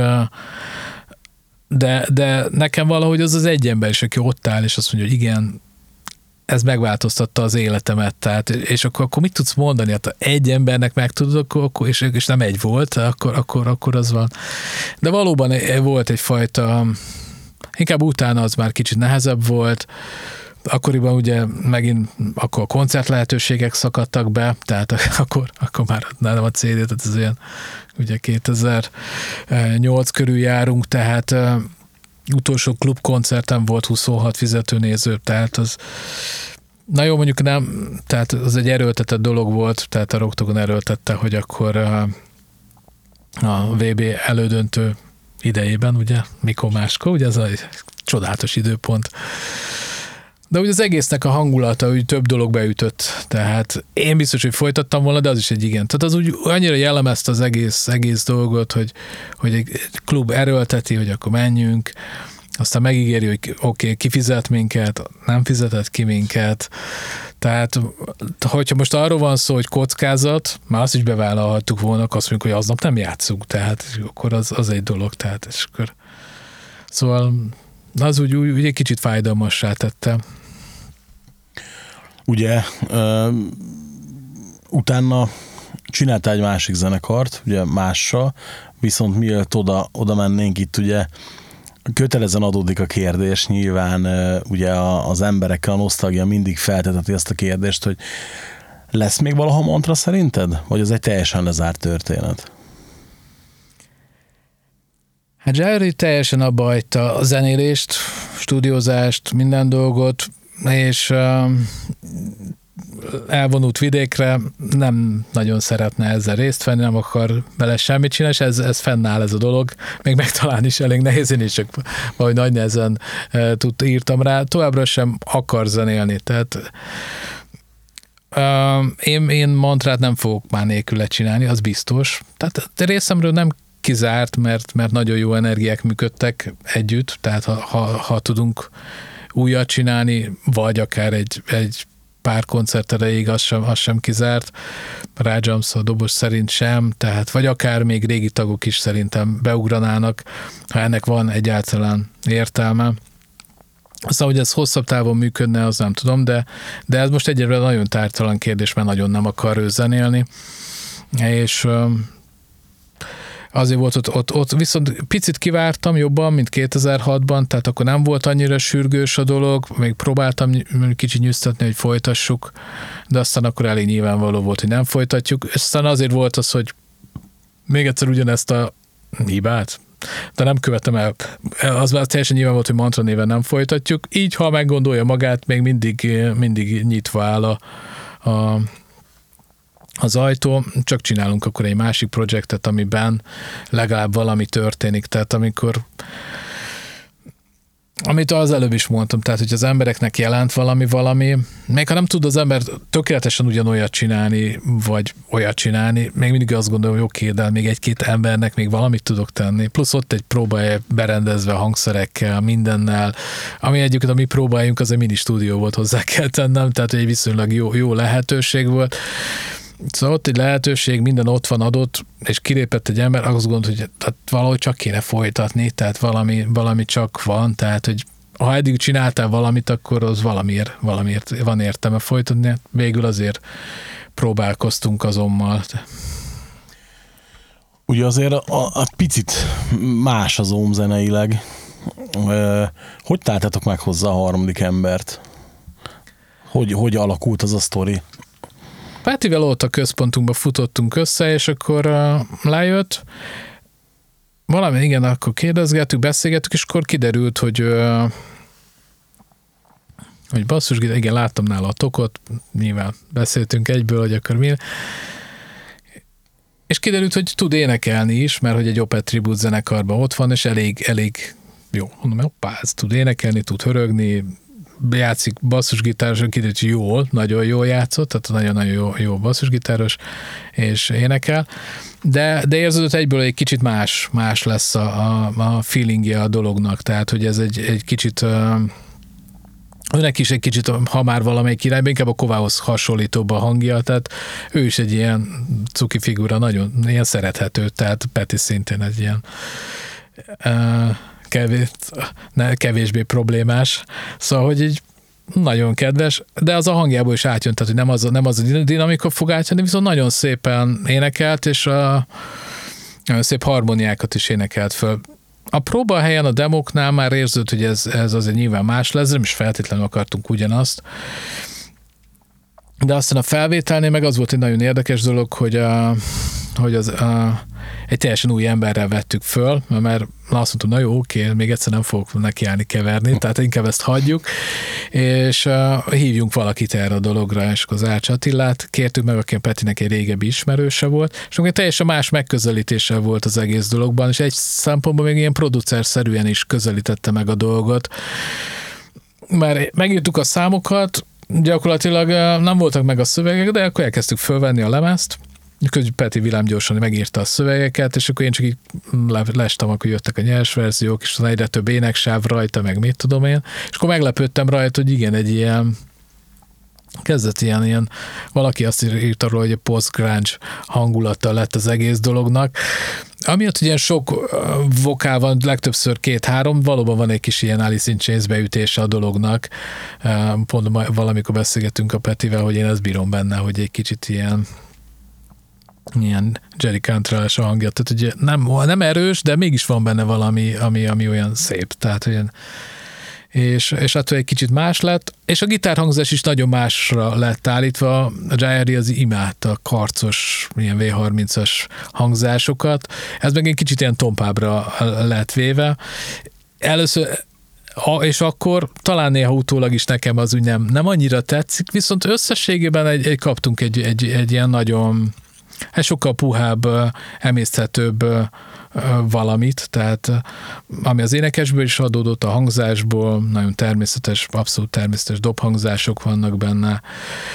de, de nekem valahogy az az egy ember is, aki ott áll, és azt mondja, hogy igen, ez megváltoztatta az életemet, tehát, és akkor, akkor mit tudsz mondani? Hát egy embernek meg tudod, akkor, és, és nem egy volt, akkor, akkor, akkor az van. De valóban volt egyfajta, inkább utána az már kicsit nehezebb volt. Akkoriban ugye megint akkor a koncert lehetőségek szakadtak be, tehát akkor, akkor már nem a cé dé, tehát ez olyan ugye kétezer-nyolc körül járunk, tehát uh, utolsó klubkoncerten volt huszonhat fizetőnéző, tehát az na jó, mondjuk nem, tehát az egy erőltetett dolog volt, tehát a Roktogon erőltette, hogy akkor uh, a vé bé elődöntő idejében, ugye, mikor máskor, ugye ez egy csodálatos időpont. De úgy az egésznek a hangulata úgy több dolog beütött, tehát én biztos, hogy folytattam volna, de az is egy igen. Tehát az úgy annyira jellemezte az egész, egész dolgot, hogy, hogy egy klub erőlteti, hogy akkor menjünk, aztán megígéri, hogy oké, okay, ki fizet minket, nem fizetett ki minket. Tehát, hogyha most arról van szó, hogy kockázat, már azt is bevállalhattuk volna, azt mondjuk, hogy aznap nem játszunk, tehát akkor az, az egy dolog, tehát és akkor szóval az úgy, úgy, úgy egy kicsit fájdalmassá tette. Ugye uh, utána csináltál egy másik zenekart, ugye mással, viszont mielőtt oda, oda mennénk, itt ugye kötelezen adódik a kérdés, nyilván uh, ugye az emberekkel a nosztalgia mindig felteteti azt a kérdést, hogy lesz még valaha mantra szerinted? Vagy az egy teljesen lezárt történet? Hát Jairi teljesen abba hagyta a zenélést, stúdiózást, minden dolgot, és uh, elvonult vidékre, nem nagyon szeretne ezzel részt venni, nem akar vele semmit csinálni, és ez, ez fennáll ez a dolog, még megtalálni is elég nehéz, én is csak valahogy nagy nehezen uh, tud, írtam rá, továbbra sem akar zenélni, tehát Uh, én, én mantrát nem fogok már nélküle csinálni, az biztos. Tehát de részemről nem kizárt, mert, mert nagyon jó energiák működtek együtt, tehát ha, ha, ha tudunk újat csinálni, vagy akár egy, egy pár koncert erejéig, az sem, az sem kizárt. Rajams a dobos szerint sem, tehát vagy akár még régi tagok is szerintem beugranának, ha ennek van egyáltalán értelme. Aztán, hogy ez hosszabb távon működne, az nem tudom, de, de ez most egyébként nagyon tártalan kérdés, mert nagyon nem akar ő zenélni, és azért volt ott, ott, ott, viszont picit kivártam jobban, mint kétezer-hatban, tehát akkor nem volt annyira sürgős a dolog, még próbáltam kicsit nyűsztetni, hogy folytassuk, de aztán akkor elég nyilvánvaló volt, hogy nem folytatjuk, és aztán azért volt az, hogy még egyszer ugyanezt a hibát, de nem követem el. Az már teljesen nyilván volt, hogy mantra néven nem folytatjuk, így ha meggondolja magát, még mindig, mindig nyitva áll a, a az ajtó, csak csinálunk akkor egy másik projektet, amiben legalább valami történik. Tehát amikor, amit az előbb is mondtam, tehát hogy az embereknek jelent valami, valami, még ha nem tud az ember tökéletesen ugyanolyat csinálni, vagy olyat csinálni, még mindig azt gondolom, hogy oké, de még egy-két embernek még valamit tudok tenni. Plusz ott egy próbája berendezve hangszerekkel, mindennel, ami egyébként a mi próbáljunk, az egy mini stúdió volt, hozzá kell tennem, tehát egy viszonylag jó, jó lehetőség volt. Szóval ott egy lehetőség, minden ott van adott, és kilépett egy ember, azt gondolt, hogy tehát valahogy csak kéne folytatni, tehát valami, valami csak van, tehát hogy ha eddig csináltál valamit, akkor az valamiért, valamiért van értelme folytatni. Végül azért próbálkoztunk azonmal. Ugye azért a, a picit más az óm zeneileg. Hogy találtatok meg hozzá a harmadik embert? Hogy, hogy alakult az a sztori? Petivel ott a központunkba futottunk össze, és akkor uh, lejött. Valami, igen, akkor kérdezgettük, beszélgettük, és akkor kiderült, hogy uh, hogy basszus, igen, láttam nála a tokot, nyilván beszéltünk egyből, hogy akkor mi. És kiderült, hogy tud énekelni is, mert hogy egy Opeth Tribute zenekarban ott van, és elég, elég jó. Mondom, hoppá, ez tud énekelni, tud hörögni, játszik basszusgitárosan, kiderült, hogy jól, nagyon jól játszott, tehát nagyon-nagyon jó, jó basszusgitáros, és énekel, de, de érződött egyből, egy kicsit más, más lesz a, a, a feelingje a dolognak, tehát, hogy ez egy, egy kicsit őnek is egy kicsit, ha már valamelyik irányba, inkább a Kovához hasonlítóbb a hangja, tehát ő is egy ilyen cuki figura, nagyon ilyen szerethető, tehát Peti szintén egy ilyen uh, kevés, ne, kevésbé problémás, szóval, hogy így nagyon kedves, de az a hangjából is átjön, tehát hogy nem az, nem az a dinamika fog átjönni, viszont nagyon szépen énekelt, és a, nagyon szép harmóniákat is énekelt föl. A próbahelyen, a demoknál már érződött, hogy ez, ez azért nyilván más lesz, nem is feltétlenül akartunk ugyanazt, de aztán a felvételnél meg az volt egy nagyon érdekes dolog, hogy, a, hogy az, a, egy teljesen új emberrel vettük föl, mert azt mondtam, na jó, oké, még egyszer nem fogok nekiállni keverni, tehát inkább ezt hagyjuk, és uh, hívjunk valakit erre a dologra, és az Ács Attilát kértük meg, aki a Petinek egy régebbi ismerőse volt, és akkor teljesen más megközelítéssel volt az egész dologban, és egy szempontból még ilyen producer-szerűen is közelítette meg a dolgot. Már megírtuk a számokat, gyakorlatilag nem voltak meg a szövegek, de akkor elkezdtük fölvenni a lemezt, közben Peti villámgyorsan megírta a szövegeket, és akkor én csak így lestem, akkor jöttek a nyers verziók, és egyre több éneksáv rajta, meg mit tudom én, és akkor meglepődtem rajta, hogy igen, egy ilyen kezdett ilyen, ilyen valaki azt írta róla, hogy a post-grunge hangulata lett az egész dolognak. Amiatt, hogy ilyen sok vokál van, legtöbbször két-három, valóban van egy kis ilyen Alice in Chains beütése a dolognak. Pont valamikor beszélgetünk a Petivel, hogy én ezt bírom benne, hogy egy kicsit ilyen ilyen Jerry Cantrell-es a hangja. Tehát ugye nem, nem erős, de mégis van benne valami, ami, ami olyan szép. Tehát olyan és, és attól egy kicsit más lett, és a gitárhangzás is nagyon másra lett állítva. A Jayari az imádta a karcos, ilyen vé harmincas hangzásokat. Ez meg egy kicsit ilyen tompábbra lett véve. Először és akkor talán néha utólag is nekem az úgy nem, nem annyira tetszik, viszont összességében egy, egy kaptunk egy, egy, egy ilyen nagyon, egy sokkal puhább, emészthetőbb valamit, tehát ami az énekesből is adódott, a hangzásból, nagyon természetes, abszolút természetes dobhangzások vannak benne.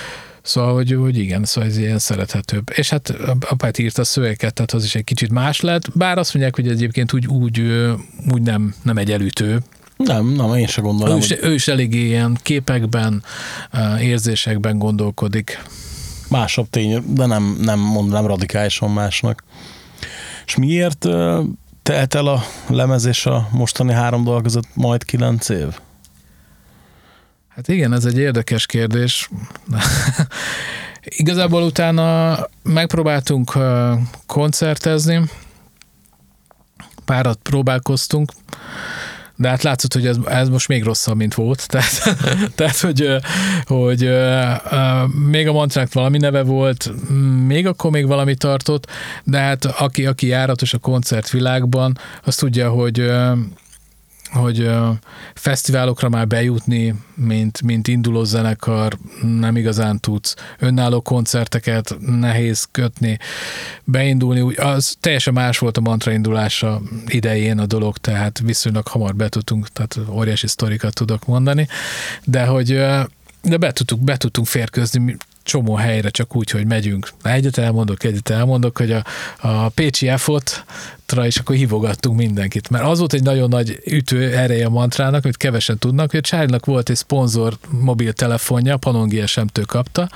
Szóval, hogy, hogy igen, szóval ez ilyen szerethetőbb. És hát apát írta a szövegeket, tehát az is egy kicsit más lett, bár azt mondják, hogy egyébként úgy, úgy, úgy nem, nem egy elütő. Nem, nem, én sem gondolom. Ő is, hogy... ő is eléggé ilyen képekben, érzésekben gondolkodik. Másabb tény, de nem, nem mondanám radikálisan másnak. És miért telt el a lemez és a mostani három dal között majd kilenc év? Hát igen, ez egy érdekes kérdés. Igazából utána megpróbáltunk koncertezni, párat próbálkoztunk, de hát látszott, hogy ez, ez most még rosszabb, mint volt. Tehát, tehát hogy, hogy még a Mantrának valami neve volt, még akkor még valami tartott, de hát aki, aki járatos a koncertvilágban, az tudja, hogy hogy fesztiválokra már bejutni, mint, mint induló zenekar nem igazán tudsz. Önálló koncerteket nehéz kötni, beindulni. Az teljesen más volt a Mantra indulása idején a dolog, tehát viszonylag hamar be tudtunk, tehát óriási sztorikat tudok mondani, de hogy de be tudtunk, be tudtunk férkőzni csomó helyre, csak úgy, hogy megyünk. Egyet elmondok, egyet elmondok, hogy a, a Pécsi Efot-ra is akkor hívogattunk mindenkit. Mert az volt egy nagyon nagy ütő ereje a Mantrának, amit kevesen tudnak, hogy a Charlie-nak volt egy szponzor mobiltelefonja, Panon gé es em-től kapta,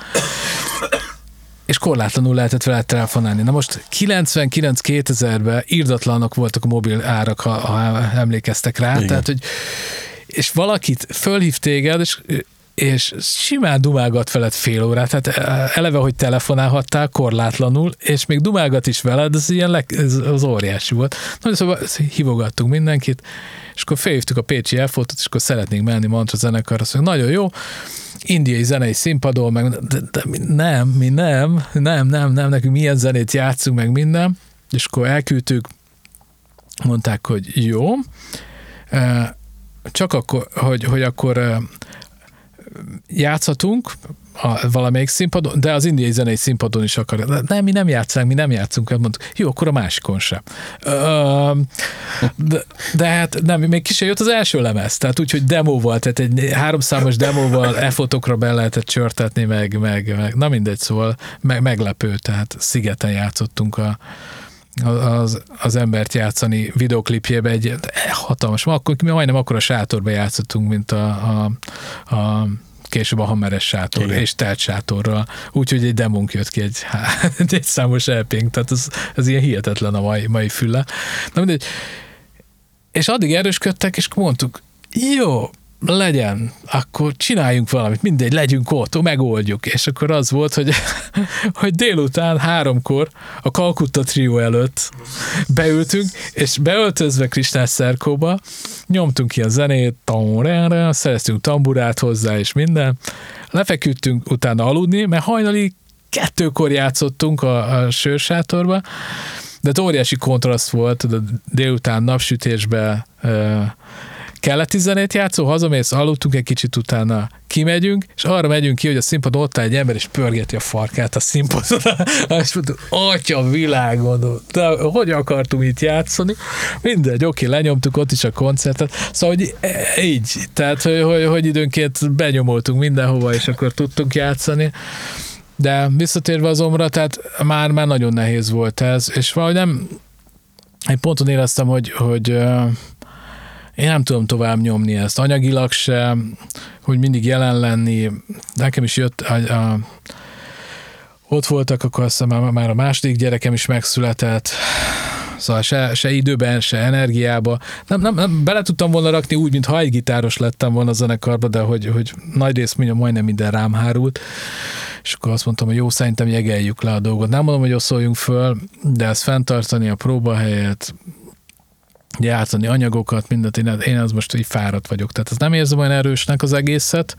és korlátlanul lehetett vele telefonálni. Na most kilencvenkilenc kétezerben irdatlanok voltak a mobil árak, ha, ha emlékeztek rá. Igen. Tehát, hogy és valakit fölhív téged, és és simán dumálgat veled fél órát, tehát eleve, hogy telefonálhattál korlátlanul, és még dumálgat is veled, ez ilyen leg, ez, az óriási volt. Na, szóval hívogattunk mindenkit, és akkor felhívtuk a Pécsi Elfotot, és akkor szeretnénk menni Mantra zenekarra, azt mondjuk, nagyon jó, indiai zenei színpadon, meg de, de mi nem, mi nem, nem, nem, nem, nekünk milyen zenét játszunk, meg minden, és akkor elküldtük, mondták, hogy jó, csak akkor, hogy, hogy akkor játszhatunk a valamelyik színpadon, de az indiai zenei színpadon is akar. De nem, mi nem játszunk, mi nem játszunk. Mondtuk, jó, akkor a másikon sem. De, de hát nem, még ki sem jött az első lemez, tehát úgy, hogy demóval, tehát egy háromszámos demóval e-fotokra be lehetett csörtetni, meg, meg, meg na mindegy, szóval meg, meglepő, tehát szigeten játszottunk a Az, az embert játszani videoklipjébe egy hatalmas, akkor majdnem akkor a sátorba játszottunk, mint a, a, a később a Hammeres sátor, igen. És telt sátorral, úgyhogy egy demónk jött ki, egy, egy számos é pénk, tehát ez, ez ilyen hihetetlen a mai, mai füle. Na mindegy, és addig erősködtek, és mondtuk, jó, legyen, akkor csináljunk valamit, mindegy, legyünk ott, megoldjuk. És akkor az volt, hogy, hogy délután háromkor a Kalkutta Trio előtt beültünk, és beöltözve Krisnás Szerkóba nyomtunk ki a zenét, szereztünk tamburát hozzá, és minden. Lefeküdtünk utána aludni, mert hajnali kettőkor játszottunk a, a sörsátorba, de óriási kontraszt volt, de délután napsütésbe keleti zenét játszó, hazamész, aludtunk egy kicsit, utána kimegyünk, és arra megyünk ki, hogy a színpadon ott áll egy ember, és pörgeti a farkát a színpadon. És mondtuk, atya világon, de hogy akartunk itt játszani? Mindegy, oké, lenyomtuk ott is a koncertet. Szóval, hogy így, tehát, hogy, hogy, hogy időnként benyomoltunk mindenhova, és akkor tudtunk játszani. De visszatérve az Omra, tehát már, már nagyon nehéz volt ez, és valahogy nem, egy ponton éreztem, hogy, hogy én nem tudom tovább nyomni ezt, anyagilag se, hogy mindig jelen lenni. Nekem is jött, a, a, ott voltak, akkor azt hiszem már a második gyerekem is megszületett, szóval se, se időben, se energiába. Nem, nem, nem, bele tudtam volna rakni úgy, mintha egy gitáros lettem volna a zenekarba, de hogy, hogy nagy rész majdnem minden rám hárult. És akkor azt mondtam, hogy jó, szerintem jegeljük le a dolgot. Nem mondom, hogy osszoljunk föl, de ezt fenntartani a próbahelyet, játszani anyagokat, mindent, én, én az most így fáradt vagyok. Tehát ez nem érzem olyan erősnek az egészet.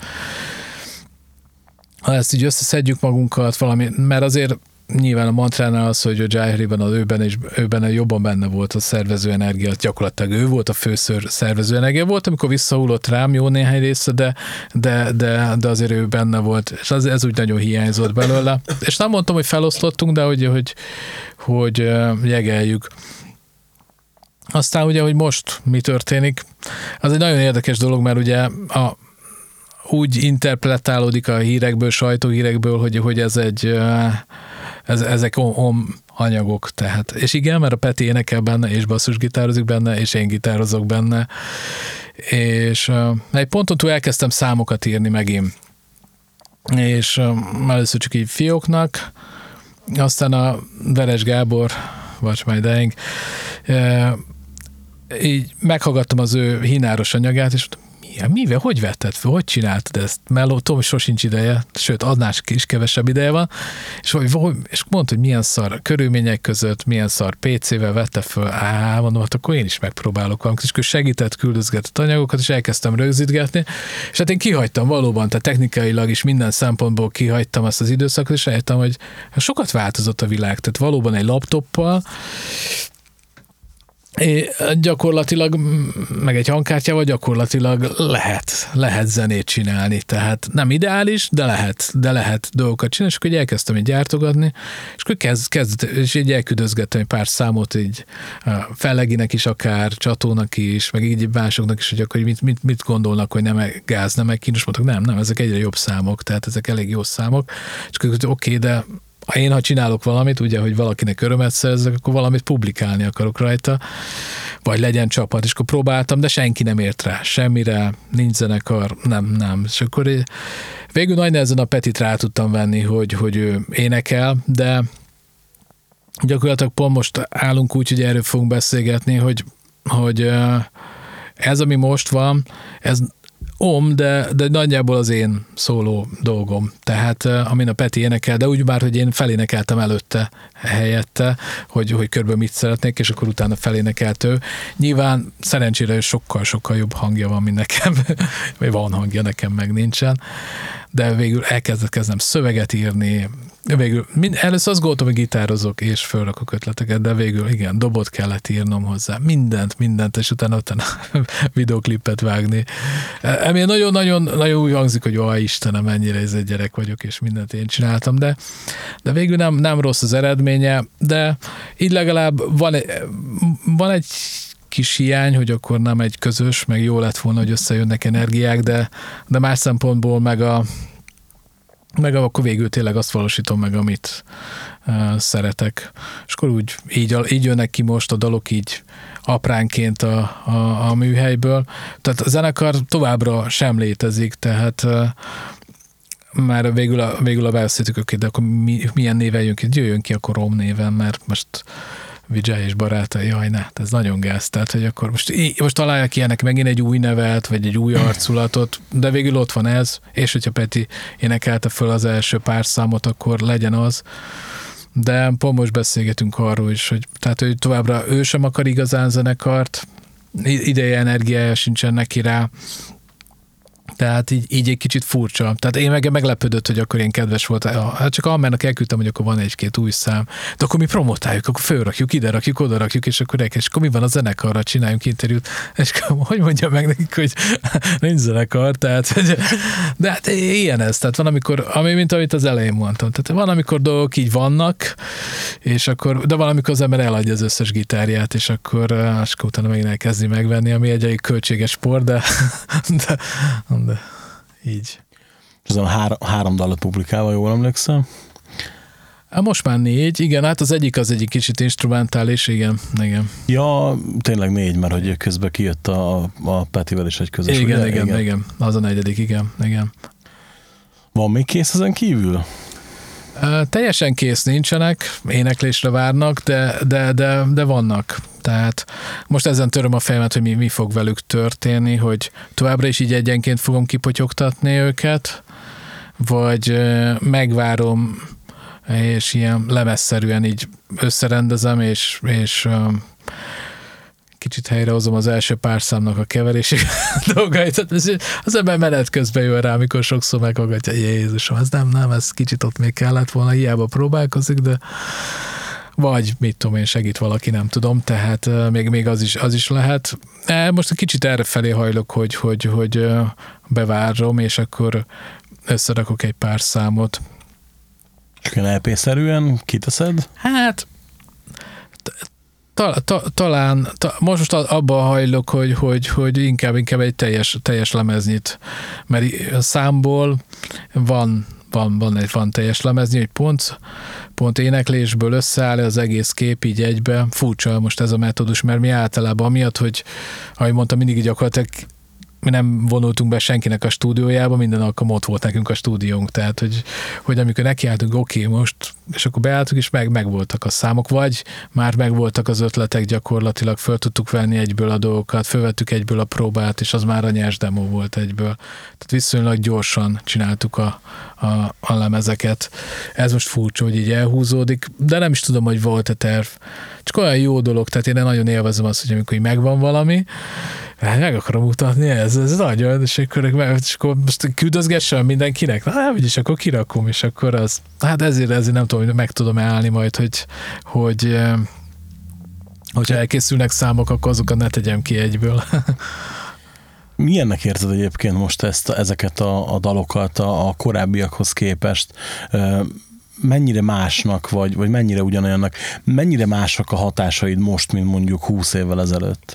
Ha ezt így összeszedjük magunkat valami, mert azért nyilván a Mantránál az, hogy a Jai-Hariban az őben, és őben jobban benne volt a szervező energia, gyakorlatilag ő volt a főször szervező energia. Volt, amikor visszahullott rám jó néhány része, de, de, de, de azért ő benne volt, és az, ez úgy nagyon hiányzott belőle. És nem mondtam, hogy feloszlottunk, de hogy, hogy, hogy jegeljük. Aztán ugye, hogy most mi történik, az egy nagyon érdekes dolog, mert ugye a, úgy interpretálódik a hírekből, sajtóhírekből, hogy, hogy ez egy, ez, ezek om anyagok, tehát. És igen, mert a Peti énekel benne, és basszusgitározik benne, és én gitározok benne, és egy ponton túl elkezdtem számokat írni megint. És először csak így fióknak, aztán a Veres Gábor, Watch My Dying, így meghallgattam az ő hináros anyagát, és milyen, mivel, hogy vetted fel, hogy csináltad ezt? Mellótom sosincs ideje, sőt, adnás is kevesebb ideje van, és, és mondta, hogy milyen szar körülmények között, milyen szar pé cével vette föl, á, mondom, hát akkor én is megpróbálok valamit, és akkor segített, küldözgetett anyagokat, és elkezdtem rögzítgetni, és hát én kihagytam valóban, tehát technikailag is minden szempontból kihagytam azt az időszakot, és rájöttem, hogy sokat változott a világ, tehát valóban egy laptoppal, É, gyakorlatilag, meg egy hangkártyával gyakorlatilag lehet, lehet zenét csinálni, tehát nem ideális, de lehet, de lehet dolgokat csinálni, és akkor így elkezdtem így gyártogatni, és akkor kezd, kezd és így elküldözgettem egy pár számot, így Felleginek is akár, Csatónak is, meg így másoknak is, hogy akkor mit, mit, mit gondolnak, hogy nem gáz, nem kínos, mondtak, nem, nem, ezek egyre jobb számok, tehát ezek elég jó számok, és akkor oké, okay, de ha én, ha csinálok valamit, ugye, hogy valakinek örömet szerzek, akkor valamit publikálni akarok rajta, vagy legyen csapat, és akkor próbáltam, de senki nem ért rá, semmire, nincs zenekar, nem, nem. És akkor végül nagy nehezen a Petit rá tudtam venni, hogy, hogy ő énekel, de gyakorlatilag pont most állunk úgy, hogy erről fogunk beszélgetni, hogy, hogy ez, ami most van, ez om, de, de nagyjából az én szóló dolgom. Tehát amin a Peti énekel, de úgy már, hogy én felénekeltem előtte helyette, hogy, hogy körülbelül mit szeretnék, és akkor utána felénekelt ő. Nyilván szerencsére sokkal-sokkal jobb hangja van, mint nekem, vagy van hangja, nekem meg nincsen, de végül elkezdett kezdem szöveget írni, végül mind, először azt gondoltam, hogy gitározok és fölrakok ötleteket, de végül igen, dobot kellett írnom hozzá, mindent, mindent, és utána, utána videoklipet vágni. Ami nagyon-nagyon nagyon úgy hangzik, hogy ó, Istenem, mennyire ez egy gyerek vagyok, és mindent én csináltam, de, de végül nem, nem rossz az eredménye, de így legalább van, van egy kis hiány, hogy akkor nem egy közös, meg jó lett volna, hogy összejönnek energiák, de, de más szempontból meg a meg akkor végül tényleg azt valósítom meg, amit uh, szeretek. És akkor úgy, így, így jönnek ki most a dalok így apránként a, a, a műhelyből. Tehát a zenekar továbbra sem létezik, tehát uh, már végül a, végül a beszéltük, oké, de akkor mi, milyen néven jön ki? Jöjjön ki akkor Rom néven, mert most Vijay és barátai, jaj, ne, ez nagyon gáz, tehát, hogy akkor most, most találják ilyenek megint egy új nevet, vagy egy új arculatot, de végül ott van ez, és hogyha Peti énekelte föl az első pár számot, akkor legyen az. De pont most beszélgetünk arról is, hogy, tehát, hogy továbbra ő sem akar igazán zenekart, ideje, energiája sincsen neki rá, tehát így, így egy kicsit furcsa. Tehát én meg meglepődött, hogy akkor ilyen kedves volt. Hát csak Almának elküldtem, hogy akkor van egy-két új szám. De akkor mi promotáljuk, akkor fölrakjuk, ide rakjuk, oda rakjuk, és akkor elkezd, és akkor mi van a zenekarra, csináljunk interjút. És akkor hogy mondja meg nekik, hogy nincs zenekar, tehát de hát ilyen ez. Tehát van, amikor, ami, mint amit az elején mondtam. Tehát van, amikor dolgok így vannak, és akkor, de van, amikor az ember eladja az összes gitárját, és akkor, és akkor utána megint elkezdi megvenni, ami egy elég költséges sport, de, de de így. Azon három, három dalot publikálva, jól emlékszem? Most már négy, igen, hát az egyik az egyik kicsit instrumentális, igen, igen. Ja, tényleg négy, mert hogy közben kijött a, a Petivel is egy közös. Igen, ugye? igen, igen, igen, az a negyedik, igen, igen. Van még kész ezen kívül? Uh, teljesen kész nincsenek, éneklésre várnak, de, de, de, de vannak. Tehát most ezen töröm a fejemet, hogy mi, mi fog velük történni, hogy továbbra is így egyenként fogom kipotyogtatni őket, vagy uh, megvárom, és ilyen lemezszerűen így összerendezem, és, és uh, kicsit helyrehozom az első pár számnak a keverési dolgait. Az ember menet közben jön rá, amikor sokszor meghallgatja, Jézusom, ez nem, nem, ez kicsit ott még kellett volna, hiába próbálkozik, de vagy mit tudom én, segít valaki, nem tudom, tehát uh, még, még az, is, az is lehet. Most egy kicsit erre felé hajlok, hogy, hogy, hogy uh, bevárom, és akkor összerakok egy pár számot. És ilyen é pé-szerűen kiteszed? Hát Ta, ta, talán, ta, most abban hajlok, hogy, hogy, hogy inkább, inkább egy teljes, teljes lemeznyit, mert a számból van, van, van egy van teljes lemeznyi, hogy pont, pont éneklésből összeáll az egész kép így egybe. Furcsa most ez a metódus, mert mi általában amiatt, hogy ahogy mondtam, mindig gyakorlatilag mi nem vonultunk be senkinek a stúdiójába, minden alkalom ott volt nekünk a stúdiónk, tehát hogy, hogy amikor nekiálltunk, oké, okay, most, és akkor beálltunk, és meg, meg voltak a számok, vagy már meg voltak az ötletek, gyakorlatilag föl tudtuk venni egyből a dolgokat, fölvettük egyből a próbát, és az már a nyers demo volt egyből. Tehát viszonylag gyorsan csináltuk a, a, a lemezeket. Ez most furcsa, hogy így elhúzódik, de nem is tudom, hogy volt-e terv. Csak olyan jó dolog, tehát én nagyon élvezem azt, hogy amikor megvan valami, meg akarom mutatni, ez, ez nagyon, és akkor, és akkor most küldözgessem mindenkinek, na, úgyis akkor kirakom, és akkor az, hát ezért, ezért nem tudom, hogy meg tudom állni majd, hogy, hogy hogyha elkészülnek számok, akkor azokat ne tegyem ki egyből. Milyennek érzed egyébként most ezt, ezeket a, a dalokat a, a korábbiakhoz képest? Mennyire másnak, vagy, vagy mennyire ugyanolyannak, mennyire mások a hatásaid most, mint mondjuk húsz évvel ezelőtt?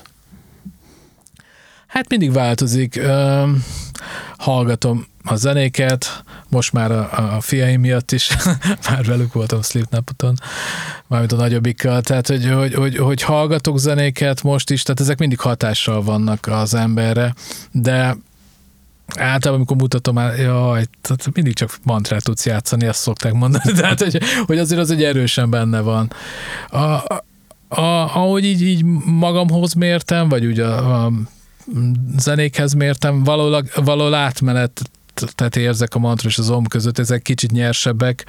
Hát mindig változik. Hallgatom a zenéket, most már a, a fiaim miatt is, már velük voltam Slipknoton, mármint a nagyobbikkal, tehát hogy, hogy, hogy, hogy hallgatok zenéket most is, tehát ezek mindig hatással vannak az emberre, de általában, amikor mutatom már, jaj, tehát mindig csak mantrát tudsz játszani, azt szokták mondani, tehát hogy, hogy azért az egy erősen benne van. A, a, ahogy így, így magamhoz mértem, vagy úgy a, a zenékhez mértem, valahol, valahol átmenet, tehát érzek a mantra és az om között, ezek kicsit nyersebbek,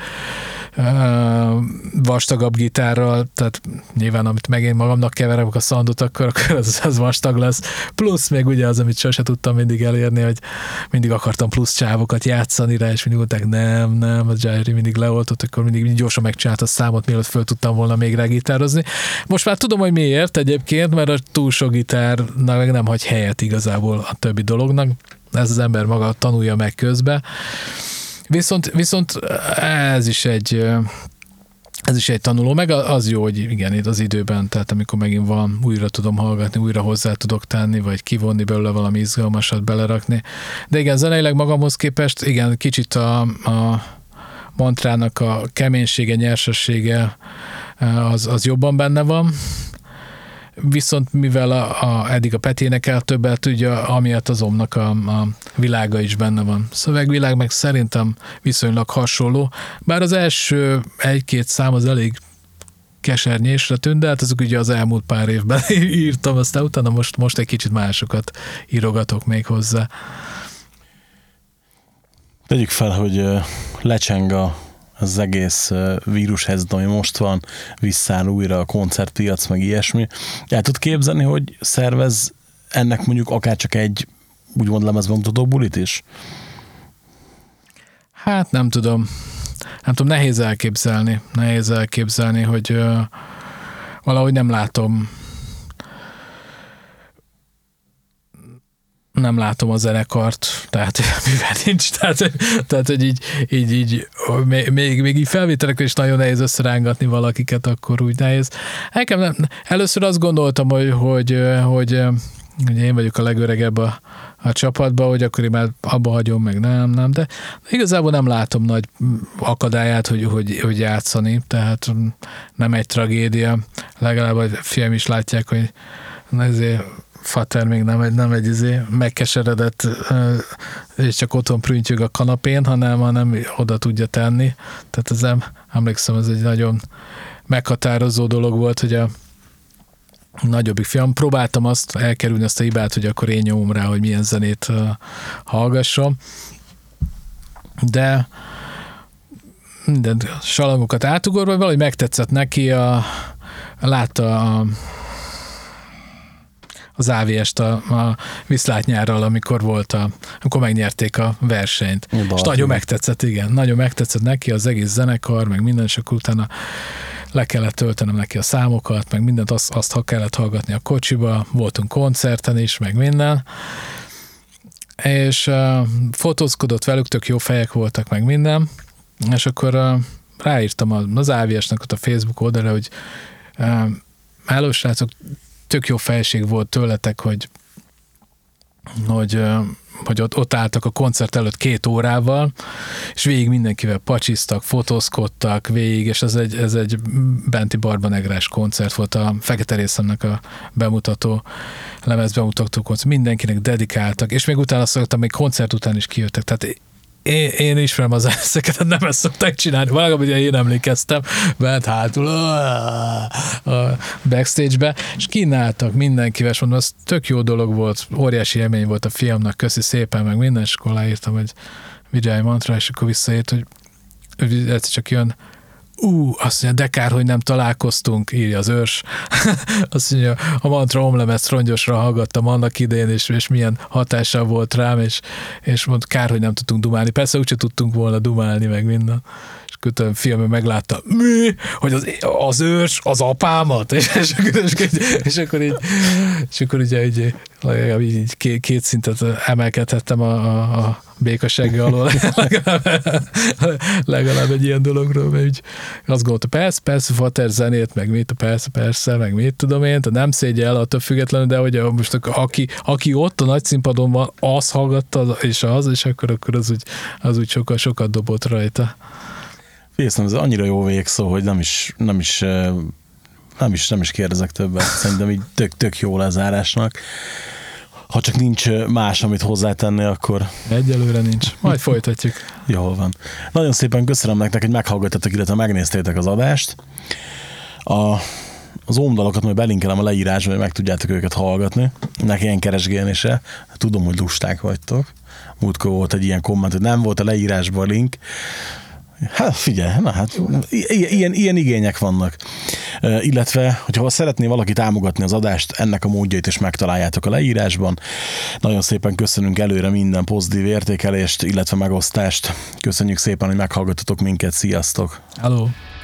vastagabb gitárral, tehát nyilván, amit meg én magamnak keverek a soundot, akkor, akkor az, az vastag lesz. Plusz még ugye az, amit sose tudtam mindig elérni, hogy mindig akartam plusz csávokat játszani rá, és mindig mondták, nem, nem, a Jairi mindig leoltott, akkor mindig, mindig gyorsan megcsinált a számot, mielőtt föl tudtam volna még rá gitározni. Most már tudom, hogy miért egyébként, mert a túl sok gitárnak meg nem hagy helyet igazából a többi dolognak. Ez az ember maga tanulja meg közben. Viszont, viszont ez is egy ez is egy tanuló, meg az jó, hogy igen, itt az időben, tehát amikor megint van, újra tudom hallgatni, újra hozzá tudok tenni, vagy kivonni belőle valami izgalmasat belerakni. De igen, zeneileg magamhoz képest, igen, kicsit a, a mantrának a keménysége, nyersessége az, az jobban benne van. Viszont mivel a, a, eddig a Peti énekel többet, ugye amiatt az omnak a, a világa is benne van. Szövegvilág meg szerintem viszonylag hasonló, bár az első egy-két szám az elég kesernyésre tűnt, de hát azok ugye az elmúlt pár évben írtam, aztán utána most, most egy kicsit másokat írogatok még hozzá. Tegyük fel, hogy lecseng a az egész vírushelyzet, ami most van, visszáll újra a koncertpiac, meg ilyesmi. El tud képzelni, hogy szervez ennek mondjuk akár csak egy úgymond lemezbemutató bulit is? Hát nem tudom. Nem tudom, nehéz elképzelni. Nehéz elképzelni, hogy uh, valahogy nem látom nem látom a zenekart, tehát mivel nincs, tehát, tehát hogy így, így, így még, még így felvételekre is nagyon nehéz összerángatni valakiket, akkor úgy nehéz. Nekem nem, először azt gondoltam, hogy, hogy, hogy, hogy én vagyok a legöregebb a, a csapatban, hogy akkor én már abba hagyom, meg nem, nem, de igazából nem látom nagy akadályát, hogy, hogy, hogy játszani, tehát nem egy tragédia, legalább a fiam is látják, hogy ezért Fater még nem egy, nem egy izé megkeseredett és csak otthon prüntjük a kanapén, hanem, hanem oda tudja tenni. Tehát ez nem, emlékszem, ez egy nagyon meghatározó dolog volt, hogy a nagyobbik fiam, próbáltam azt elkerülni, azt a hibát, hogy akkor én nyomom rá, hogy milyen zenét uh, hallgasson, de minden salangokat átugorva, valahogy megtetszett neki, a, látta a az á vé est a, a Viszlátnyárral, amikor volt a, amikor megnyerték a versenyt. Balti. És nagyon megtetszett, igen, nagyon megtetszett neki az egész zenekar, meg minden, és akkor utána le kellett töltenem neki a számokat, meg mindent, azt, azt ha kellett hallgatni a kocsiba, voltunk koncerten is, meg minden, és uh, fotózkodott velük, tök jó fejek voltak, meg minden, és akkor uh, ráírtam az á vé esnek ott a Facebook oldalra, hogy uh, hello srácok, tök jó felség volt tőletek, hogy hogy, hogy ott, ott álltak a koncert előtt két órával, és végig mindenkivel pacsiztak, fotózkodtak végig, és ez egy, ez egy benti Barbanegrás koncert volt, a Fekete Részemnek a bemutató, lemez bemutató koncert, mindenkinek dedikáltak, és még utána szoktam, még koncert után is kijöttek, tehát Én, én ismerem az eszeket, nem ezt szokták csinálni. Valami, ugye én emlékeztem, bent hátul a backstage-be, és kínáltak mindenkivel, és mondom, az tök jó dolog volt, óriási élmény volt a fiamnak, köszi szépen, meg minden, és akkor leírtam, hogy Vijay Mantra, és akkor visszaírt, hogy egyszer csak jön, ú, azt mondja, de kár, hogy nem találkoztunk, írja az őrs. Azt mondja, a Mantra omlemezt rongyosra hallgattam annak idején, és, és milyen hatással volt rám, és, és mond, kár, hogy nem tudtunk dumálni. Persze úgyse tudtunk volna dumálni, meg minden. És kötően film meglátta, mi? Hogy az, az őrs, az apámat? És, és, és, és akkor így, és akkor ugye így, legalább így két, két szintet emelkedhettem a, a, a békassága alól. legalább, legalább egy ilyen dologról, mert úgy azt gondolta, persze, persze, Fater zenét, meg mit, persze, persze, meg mit tudom én, nem szégyel attól függetlenül, de hogy a, most aki, aki ott a nagy színpadon van, az hallgatta, és az, és akkor, akkor az úgy, az úgy sokat, sokat dobott rajta. Fészem, ez annyira jó végszó, hogy nem is, nem is, nem is, nem is kérdezek többet. Szerintem így tök, tök jó lezárásnak. Ha csak nincs más, amit hozzátenni, akkor... Egyelőre nincs. Majd folytatjuk. Jól van. Nagyon szépen köszönöm nektek, hogy meghallgattatok, illetve megnéztétek az adást. A, az ómdalokat majd belinkelem a leírásba, hogy meg tudjátok őket hallgatni. Neki ilyen keresgélni se. Tudom, hogy lusták vagytok. Múltkor volt egy ilyen komment, hogy nem volt a leírásban a link. Hát figyelj, na hát ilyen, ilyen igények vannak. Uh, illetve, hogyha szeretné valaki támogatni az adást, ennek a módjait is megtaláljátok a leírásban. Nagyon szépen köszönünk előre minden pozitív értékelést, illetve megosztást. Köszönjük szépen, hogy meghallgattatok minket. Sziasztok! Hello!